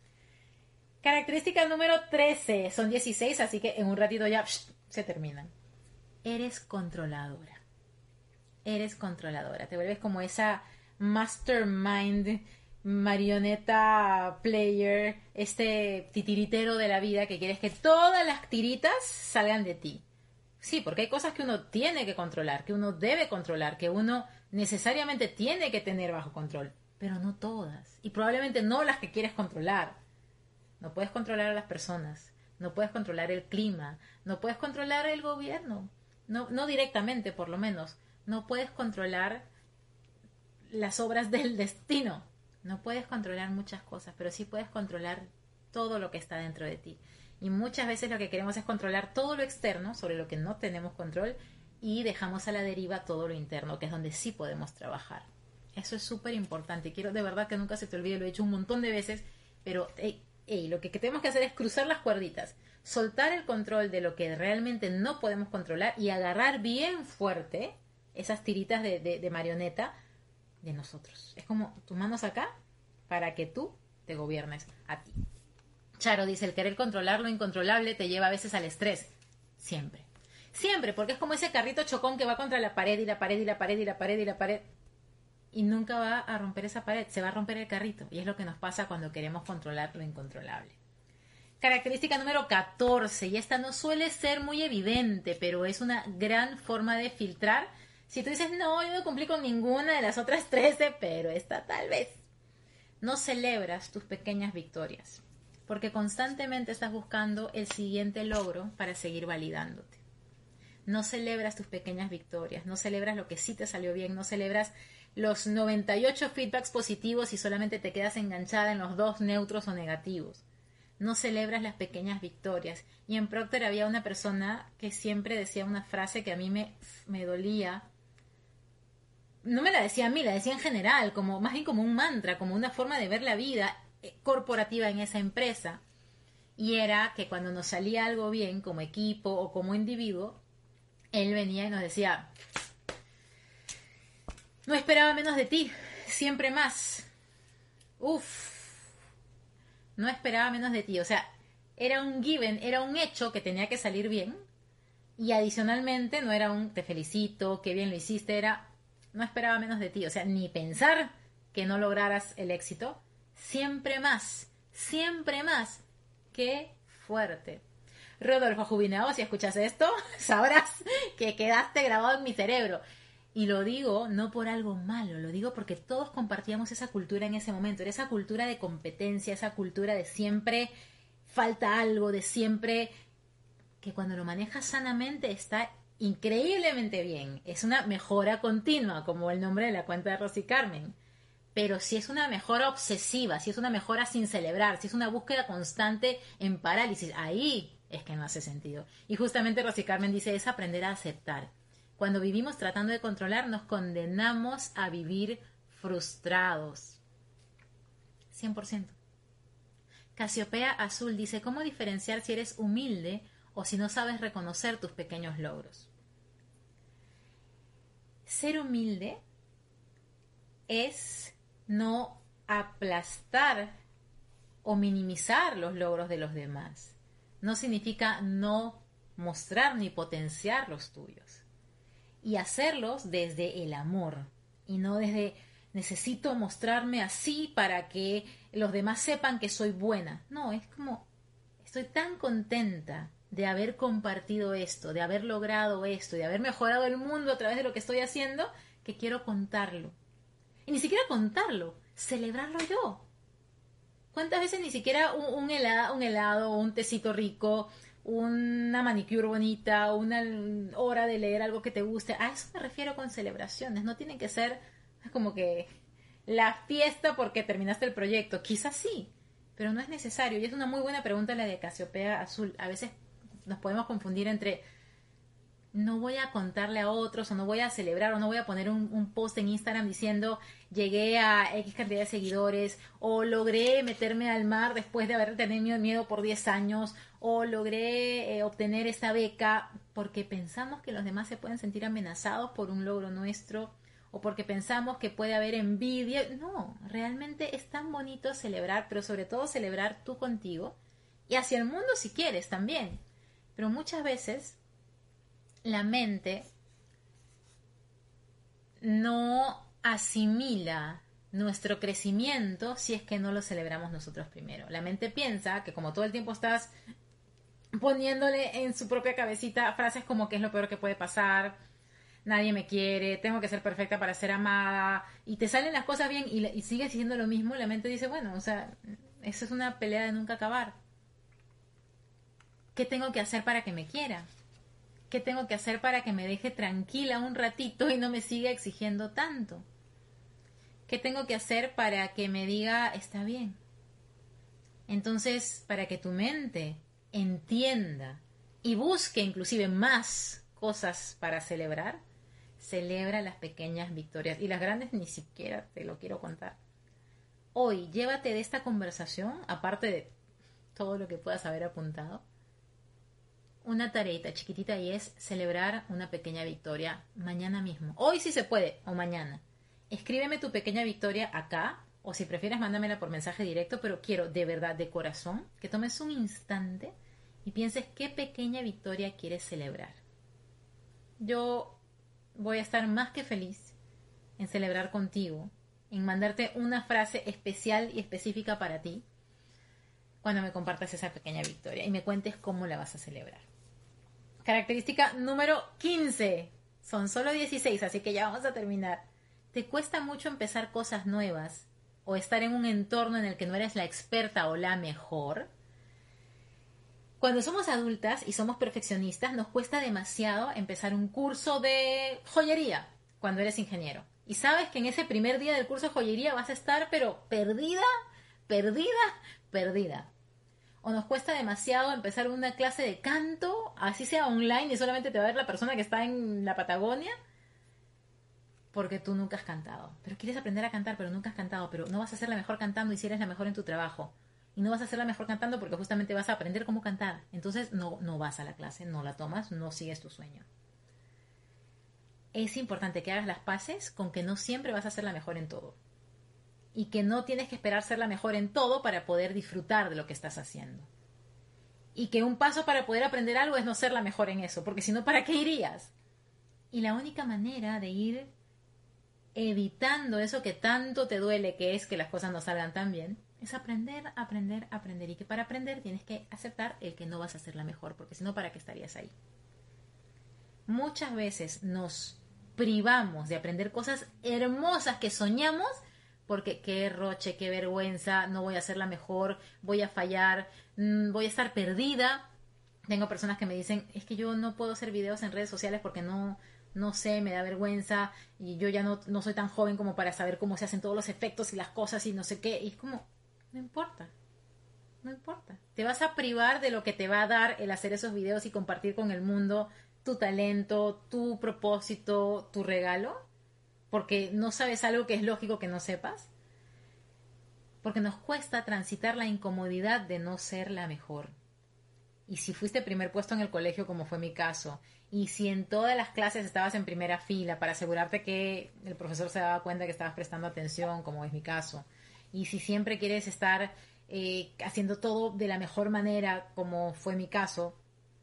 Característica número 13. Son 16, así que en un ratito ya se terminan. Eres controladora. Eres controladora. Te vuelves como esa mastermind, marioneta player, este titiritero de la vida que quieres que todas las tiritas salgan de ti. Sí, porque hay cosas que uno tiene que controlar, que uno debe controlar, que uno necesariamente tiene que tener bajo control, pero no todas. Y probablemente no las que quieres controlar. No puedes controlar a las personas, no puedes controlar el clima, no puedes controlar el gobierno, no directamente por lo menos, no puedes controlar las obras del destino, no puedes controlar muchas cosas, pero sí puedes controlar todo lo que está dentro de ti. Y muchas veces lo que queremos es controlar todo lo externo, sobre lo que no tenemos control, y dejamos a la deriva todo lo interno, que es donde sí podemos trabajar. Eso es súper importante. Quiero de verdad que nunca se te olvide, lo he hecho un montón de veces, pero lo que tenemos que hacer es cruzar las cuerditas, soltar el control de lo que realmente no podemos controlar y agarrar bien fuerte esas tiritas de marioneta de nosotros. Es como tus manos acá para que tú te gobiernes a ti. Charo dice: el querer controlar lo incontrolable te lleva a veces al estrés. Siempre. Siempre, porque es como ese carrito chocón que va contra la pared y la pared y la pared y la pared y la pared. Y nunca va a romper esa pared, se va a romper el carrito. Y es lo que nos pasa cuando queremos controlar lo incontrolable. Característica número 14, y esta no suele ser muy evidente, pero es una gran forma de filtrar. Si tú dices, no, yo no cumplí con ninguna de las otras 13, pero esta tal vez. No celebras tus pequeñas victorias, porque constantemente estás buscando el siguiente logro para seguir validándote. No celebras tus pequeñas victorias, no celebras lo que sí te salió bien, no celebras los 98 feedbacks positivos y solamente te quedas enganchada en los 2 neutros o negativos. No celebras las pequeñas victorias. Y en Procter había una persona que siempre decía una frase que a mí me dolía. No me la decía a mí, la decía en general, como más bien como un mantra, como una forma de ver la vida corporativa en esa empresa. Y era que cuando nos salía algo bien como equipo o como individuo, él venía y nos decía: no esperaba menos de ti, siempre más. No esperaba menos de ti. O sea, era un given, era un hecho que tenía que salir bien. Y adicionalmente no era un te felicito, qué bien lo hiciste, era no esperaba menos de ti. O sea, ni pensar que no lograras el éxito. Siempre más. Qué fuerte. Rodolfo Jubinao, si escuchas esto, sabrás que quedaste grabado en mi cerebro. Y lo digo no por algo malo, lo digo porque todos compartíamos esa cultura en ese momento. Era esa cultura de competencia, esa cultura de siempre falta algo, de siempre que cuando lo manejas sanamente está increíblemente bien. Es una mejora continua, como el nombre de la cuenta de Rosy Carmen. Pero si es una mejora obsesiva, si es una mejora sin celebrar, si es una búsqueda constante en parálisis, ahí es que no hace sentido. Y justamente Rosy Carmen dice, es aprender a aceptar. Cuando vivimos tratando de controlar, nos condenamos a vivir frustrados. 100%. Casiopea Azul dice, ¿cómo diferenciar si eres humilde o si no sabes reconocer tus pequeños logros? Ser humilde es no aplastar o minimizar los logros de los demás. No significa no mostrar ni potenciar los tuyos. Y hacerlos desde el amor y no desde necesito mostrarme así para que los demás sepan que soy buena. No, es como estoy tan contenta de haber compartido esto, de haber logrado esto, de haber mejorado el mundo a través de lo que estoy haciendo, que quiero contarlo. Y ni siquiera contarlo, celebrarlo yo. ¿Cuántas veces ni siquiera un helado, un tecito rico, una manicure bonita, una hora de leer algo que te guste? A eso me refiero con celebraciones. No tienen que ser como que la fiesta porque terminaste el proyecto. Quizás sí, pero no es necesario. Y es una muy buena pregunta la de Casiopea Azul. A veces nos podemos confundir entre no voy a contarle a otros o no voy a celebrar o no voy a poner un post en Instagram diciendo llegué a X cantidad de seguidores o logré meterme al mar después de haber tenido miedo por 10 años o logré obtener esta beca, porque pensamos que los demás se pueden sentir amenazados por un logro nuestro o porque pensamos que puede haber envidia. No, realmente es tan bonito celebrar, pero sobre todo celebrar tú contigo y hacia el mundo si quieres también. Pero muchas veces la mente no asimila nuestro crecimiento si es que no lo celebramos nosotros primero. La mente piensa que como todo el tiempo estás poniéndole en su propia cabecita frases como que es lo peor que puede pasar, nadie me quiere, tengo que ser perfecta para ser amada, y te salen las cosas bien y sigues diciendo lo mismo, la mente dice, bueno, o sea, eso es una pelea de nunca acabar. ¿Qué tengo que hacer para que me quiera? ¿Qué tengo que hacer para que me deje tranquila un ratito y no me siga exigiendo tanto? ¿Qué tengo que hacer para que me diga, está bien? Entonces, para que tu mente entienda y busque inclusive más cosas para celebrar, celebra las pequeñas victorias. Y las grandes ni siquiera te lo quiero contar. Hoy, llévate de esta conversación, aparte de todo lo que puedas haber apuntado, una tareita chiquitita, y es celebrar una pequeña victoria mañana mismo. Hoy sí se puede, o mañana. Escríbeme tu pequeña victoria acá, o si prefieres mándamela por mensaje directo, pero quiero de verdad, de corazón, que tomes un instante y pienses qué pequeña victoria quieres celebrar. Yo voy a estar más que feliz en celebrar contigo, en mandarte una frase especial y específica para ti cuando me compartas esa pequeña victoria y me cuentes cómo la vas a celebrar. Característica número 15. Son solo 16, así que ya vamos a terminar. ¿Te cuesta mucho empezar cosas nuevas o estar en un entorno en el que no eres la experta o la mejor? Cuando somos adultas y somos perfeccionistas, nos cuesta demasiado empezar un curso de joyería cuando eres ingeniero. Y sabes que en ese primer día del curso de joyería vas a estar, pero perdida. O nos cuesta demasiado empezar una clase de canto, así sea online y solamente te va a ver la persona que está en la Patagonia, porque tú nunca has cantado. Pero quieres aprender a cantar, pero nunca has cantado, pero no vas a ser la mejor cantando y si eres la mejor en tu trabajo. Y no vas a ser la mejor cantando porque justamente vas a aprender cómo cantar. Entonces no vas a la clase, no la tomas, no sigues tu sueño. Es importante que hagas las paces con que no siempre vas a ser la mejor en todo. Y que no tienes que esperar ser la mejor en todo para poder disfrutar de lo que estás haciendo. Y que un paso para poder aprender algo es no ser la mejor en eso, porque si no, ¿para qué irías? Y la única manera de ir evitando eso que tanto te duele, que es que las cosas no salgan tan bien, es aprender. Y que para aprender tienes que aceptar el que no vas a ser la mejor, porque si no, ¿para qué estarías ahí? Muchas veces nos privamos de aprender cosas hermosas que soñamos porque qué roche, qué vergüenza, no voy a ser la mejor, voy a fallar, voy a estar perdida. Tengo personas que me dicen, es que yo no puedo hacer videos en redes sociales porque no sé, me da vergüenza y yo ya no soy tan joven como para saber cómo se hacen todos los efectos y las cosas y no sé qué. Y es como, no importa, no importa. Te vas a privar de lo que te va a dar el hacer esos videos y compartir con el mundo tu talento, tu propósito, tu regalo, porque no sabes algo que es lógico que no sepas. Porque nos cuesta transitar la incomodidad de no ser la mejor. Y si fuiste primer puesto en el colegio, como fue mi caso, y si en todas las clases estabas en primera fila para asegurarte que el profesor se daba cuenta que estabas prestando atención, como es mi caso, y si siempre quieres estar haciendo todo de la mejor manera, como fue mi caso,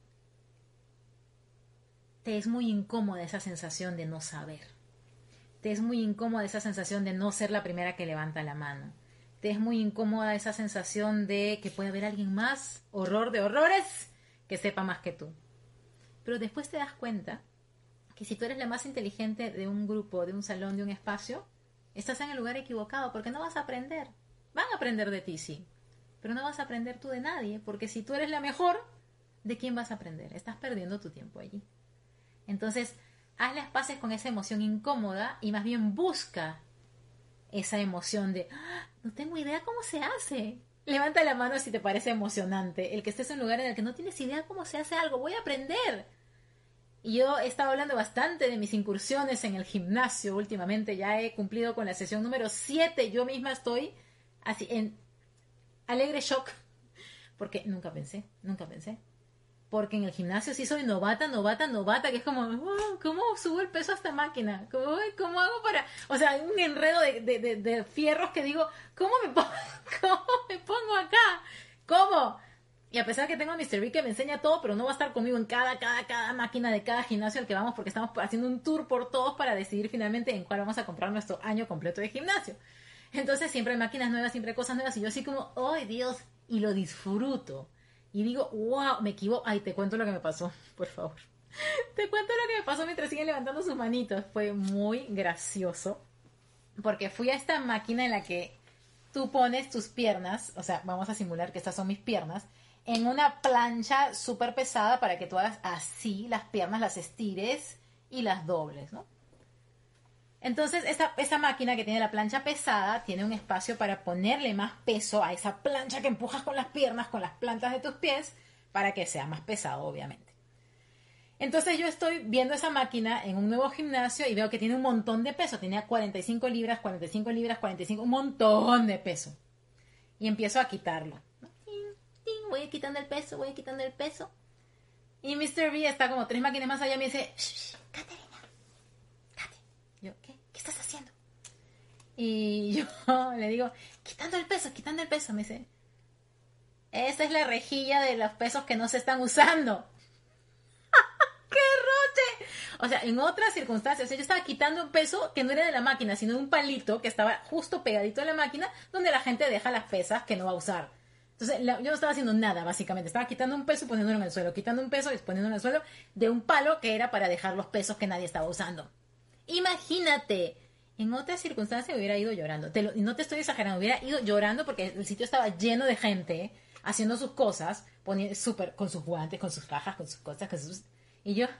te es muy incómoda esa sensación de no saber. Te es muy incómoda esa sensación de no ser la primera que levanta la mano. Te es muy incómoda esa sensación de que puede haber alguien más, horror de horrores, que sepa más que tú. Pero después te das cuenta que si tú eres la más inteligente de un grupo, de un salón, de un espacio, estás en el lugar equivocado porque no vas a aprender. Van a aprender de ti, sí, pero no vas a aprender tú de nadie, porque si tú eres la mejor, ¿de quién vas a aprender? Estás perdiendo tu tiempo allí. Entonces, haz las paces con esa emoción incómoda y más bien busca esa emoción de no tengo idea cómo se hace. Levanta la mano si te parece emocionante el que estés en un lugar en el que no tienes idea cómo se hace algo. Voy a aprender. Y yo he estado hablando bastante de mis incursiones en el gimnasio últimamente. Ya he cumplido con la sesión número 7. Yo misma estoy así en alegre shock porque nunca pensé. Porque en el gimnasio sí soy novata, que es como, ¿cómo subo el peso a esta máquina? ¿Cómo hago para...? O sea, hay un enredo de fierros que digo, ¿cómo me pongo acá? ¿Cómo? Y a pesar que tengo a Mr. B que me enseña todo, pero no va a estar conmigo en cada máquina de cada gimnasio al que vamos, porque estamos haciendo un tour por todos para decidir finalmente en cuál vamos a comprar nuestro año completo de gimnasio. Entonces siempre hay máquinas nuevas, siempre hay cosas nuevas, y yo así como, ¡ay, Dios! Y lo disfruto. Y digo, wow, me equivoco. Ay, te cuento lo que me pasó, por favor. Te cuento lo que me pasó mientras siguen levantando sus manitos. Fue muy gracioso. Porque fui a esta máquina en la que tú pones tus piernas, o sea, vamos a simular que estas son mis piernas, en una plancha súper pesada para que tú hagas así, las piernas las estires y las dobles, ¿no? Entonces, esa máquina que tiene la plancha pesada tiene un espacio para ponerle más peso a esa plancha que empujas con las piernas, con las plantas de tus pies, para que sea más pesado, obviamente. Entonces yo estoy viendo esa máquina en un nuevo gimnasio y veo que tiene un montón de peso. Tenía 45 libras, 45 libras, 45, un montón de peso. Y empiezo a quitarlo. Voy quitando el peso. Y Mr. B está como 3 máquinas más allá y me dice, shh, Caterina. Yo, ¿qué estás haciendo? Y yo le digo, quitando el peso. Me dice, esa es la rejilla de los pesos que no se están usando. ¡Qué roche! O sea, en otras circunstancias, yo estaba quitando un peso que no era de la máquina, sino de un palito que estaba justo pegadito a la máquina, donde la gente deja las pesas que no va a usar. Entonces, yo no estaba haciendo nada, básicamente. Estaba quitando un peso y poniéndolo en el suelo. Quitando un peso y poniéndolo en el suelo de un palo que era para dejar los pesos que nadie estaba usando. Imagínate, en otras circunstancias hubiera ido llorando. Y no te estoy exagerando, hubiera ido llorando porque el sitio estaba lleno de gente haciendo sus cosas, con sus guantes, con sus cajas, con sus cosas, y yo...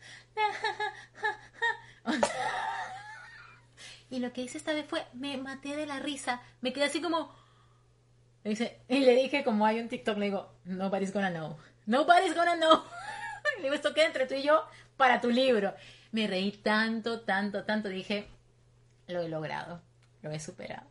Y lo que hice esta vez fue, me maté de la risa, me quedé así como... Y le dije, como hay un TikTok, le digo, nobody's gonna know. Le digo, esto queda entre tú y yo para tu libro. Me reí tanto, dije, lo he logrado, lo he superado.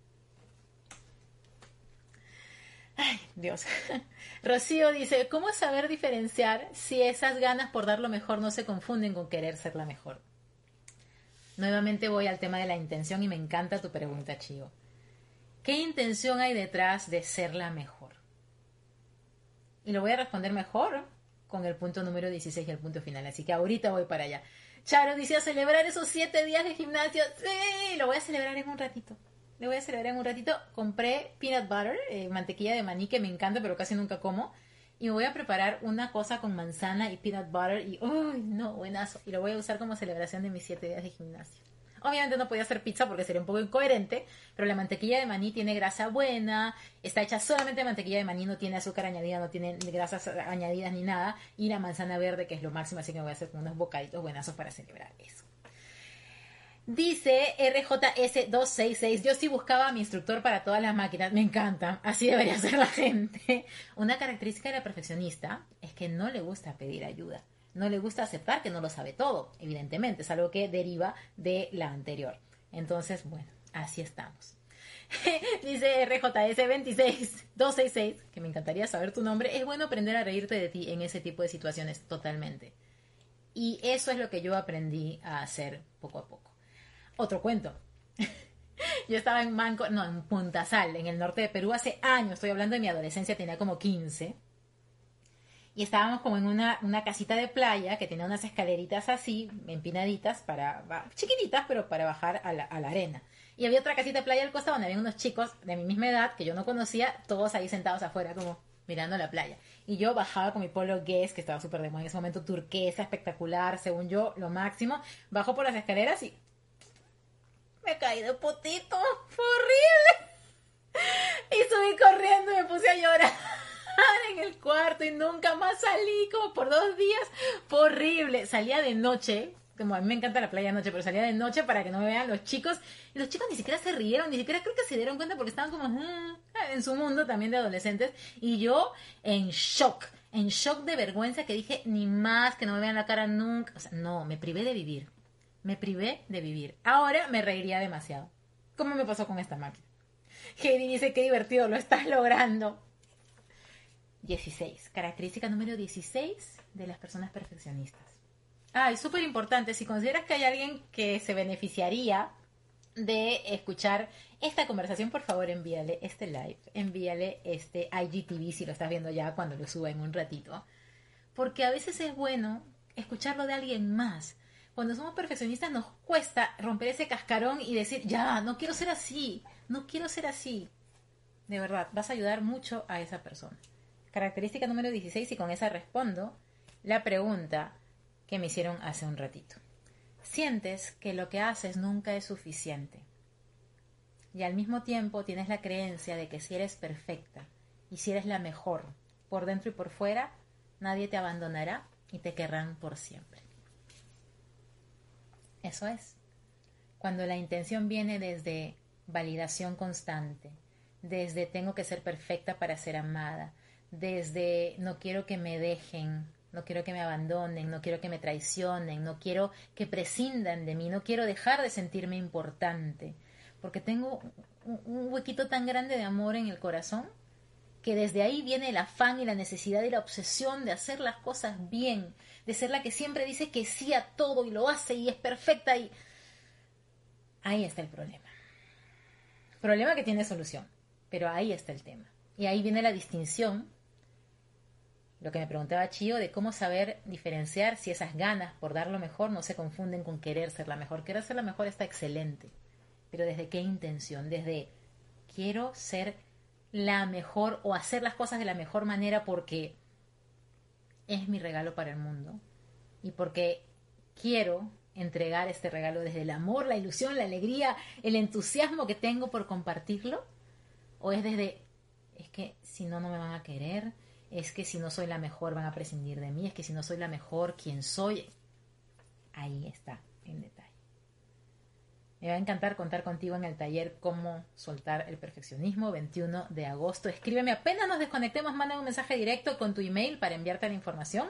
Ay, Dios. Rocío dice, ¿cómo saber diferenciar si esas ganas por dar lo mejor no se confunden con querer ser la mejor? Nuevamente voy al tema de la intención y me encanta tu pregunta, Chío. ¿Qué intención hay detrás de ser la mejor? Y lo voy a responder mejor con el punto número 16 y el punto final, así que ahorita voy para allá. Charo dice, a celebrar esos 7 días de gimnasio. Sí, lo voy a celebrar en un ratito. Compré peanut butter, mantequilla de maní que me encanta, pero casi nunca como. Y me voy a preparar una cosa con manzana y peanut butter. Y, ¡uy, no, buenazo! Y lo voy a usar como celebración de mis 7 días de gimnasio. Obviamente no podía hacer pizza porque sería un poco incoherente, pero la mantequilla de maní tiene grasa buena, está hecha solamente de mantequilla de maní, no tiene azúcar añadida, no tiene grasas añadidas ni nada, y la manzana verde, que es lo máximo, así que me voy a hacer unos bocaditos buenazos para celebrar eso. Dice RJS266, yo sí buscaba a mi instructor para todas las máquinas, me encanta, así debería ser la gente. Una característica de la perfeccionista es que no le gusta pedir ayuda, no le gusta aceptar que no lo sabe todo, evidentemente, es algo que deriva de la anterior. Entonces, bueno, así estamos. Dice RJS266, que me encantaría saber tu nombre, es bueno aprender a reírte de ti en ese tipo de situaciones, totalmente. Y eso es lo que yo aprendí a hacer poco a poco. Otro cuento. Yo estaba en Puntasal, en el norte de Perú, hace años, estoy hablando de mi adolescencia, tenía como 15. Y estábamos como en una casita de playa que tenía unas escaleritas así, empinaditas, chiquititas, pero para bajar a la arena. Y había otra casita de playa al costado donde había unos chicos de mi misma edad que yo no conocía, todos ahí sentados afuera como mirando la playa. Y yo bajaba con mi polo Guess, que estaba súper de moda en ese momento, turquesa, espectacular, según yo, lo máximo. Bajo por las escaleras y me caí de potito, fue horrible. Y subí corriendo y me puse a llorar en el cuarto y nunca más salí, como por 2 días. Fue horrible. Salía de noche, como a mí me encanta la playa de noche, pero salía de noche para que no me vean los chicos. Y los chicos ni siquiera se rieron, ni siquiera creo que se dieron cuenta porque estaban como en su mundo también de adolescentes. Y yo en shock de vergüenza, que dije ni más, que no me vean la cara nunca. O sea, no, me privé de vivir. Ahora me reiría demasiado. ¿Cómo me pasó con esta máquina? Heidi dice, qué divertido, lo estás logrando. 16. Característica número 16 de las personas perfeccionistas. Es súper importante. Si consideras que hay alguien que se beneficiaría de escuchar esta conversación, por favor envíale este live, envíale este IGTV si lo estás viendo ya cuando lo suba en un ratito. Porque a veces es bueno escucharlo de alguien más. Cuando somos perfeccionistas nos cuesta romper ese cascarón y decir, ya, no quiero ser así. De verdad, vas a ayudar mucho a esa persona. Característica número 16, y con esa respondo la pregunta que me hicieron hace un ratito. Sientes que lo que haces nunca es suficiente. Y al mismo tiempo tienes la creencia de que si eres perfecta y si eres la mejor, por dentro y por fuera, nadie te abandonará y te querrán por siempre. Eso es. Cuando la intención viene desde validación constante, desde tengo que ser perfecta para ser amada, desde no quiero que me dejen, no quiero que me abandonen, no quiero que me traicionen, no quiero que prescindan de mí, no quiero dejar de sentirme importante, porque tengo un huequito tan grande de amor en el corazón que desde ahí viene el afán y la necesidad y la obsesión de hacer las cosas bien, de ser la que siempre dice que sí a todo y lo hace y es perfecta y... Ahí está el problema. Problema que tiene solución, pero ahí está el tema. Y ahí viene la distinción, lo que me preguntaba Chío, de cómo saber diferenciar si esas ganas por dar lo mejor no se confunden con querer ser la mejor. Querer ser la mejor está excelente, pero ¿desde qué intención? Desde quiero ser la mejor o hacer las cosas de la mejor manera porque es mi regalo para el mundo y porque quiero entregar este regalo desde el amor, la ilusión, la alegría, el entusiasmo que tengo por compartirlo, o es desde es que si no, no me van a querer, es que si no soy la mejor van a prescindir de mí, es que si no soy la mejor, ¿quién soy? Ahí está el detalle. Me va a encantar contar contigo en el taller Cómo soltar el perfeccionismo, 21 de agosto. Escríbeme apenas nos desconectemos, manda un mensaje directo con tu email para enviarte la información.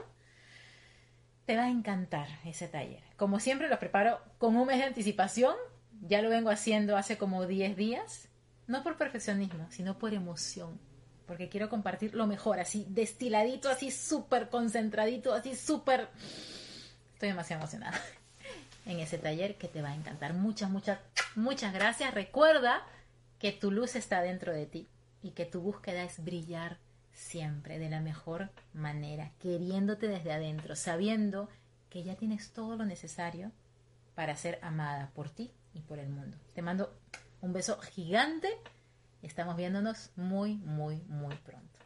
Te va a encantar ese taller. Como siempre lo preparo con un mes de anticipación. Ya lo vengo haciendo hace como 10 días. No por perfeccionismo, sino por emoción. Porque quiero compartir lo mejor, así destiladito, así súper concentradito, así súper... Estoy demasiado emocionada en ese taller que te va a encantar. Muchas, muchas, muchas gracias. Recuerda que tu luz está dentro de ti y que tu búsqueda es brillar siempre de la mejor manera, queriéndote desde adentro, sabiendo que ya tienes todo lo necesario para ser amada por ti y por el mundo. Te mando un beso gigante. Estamos viéndonos muy, muy, muy pronto.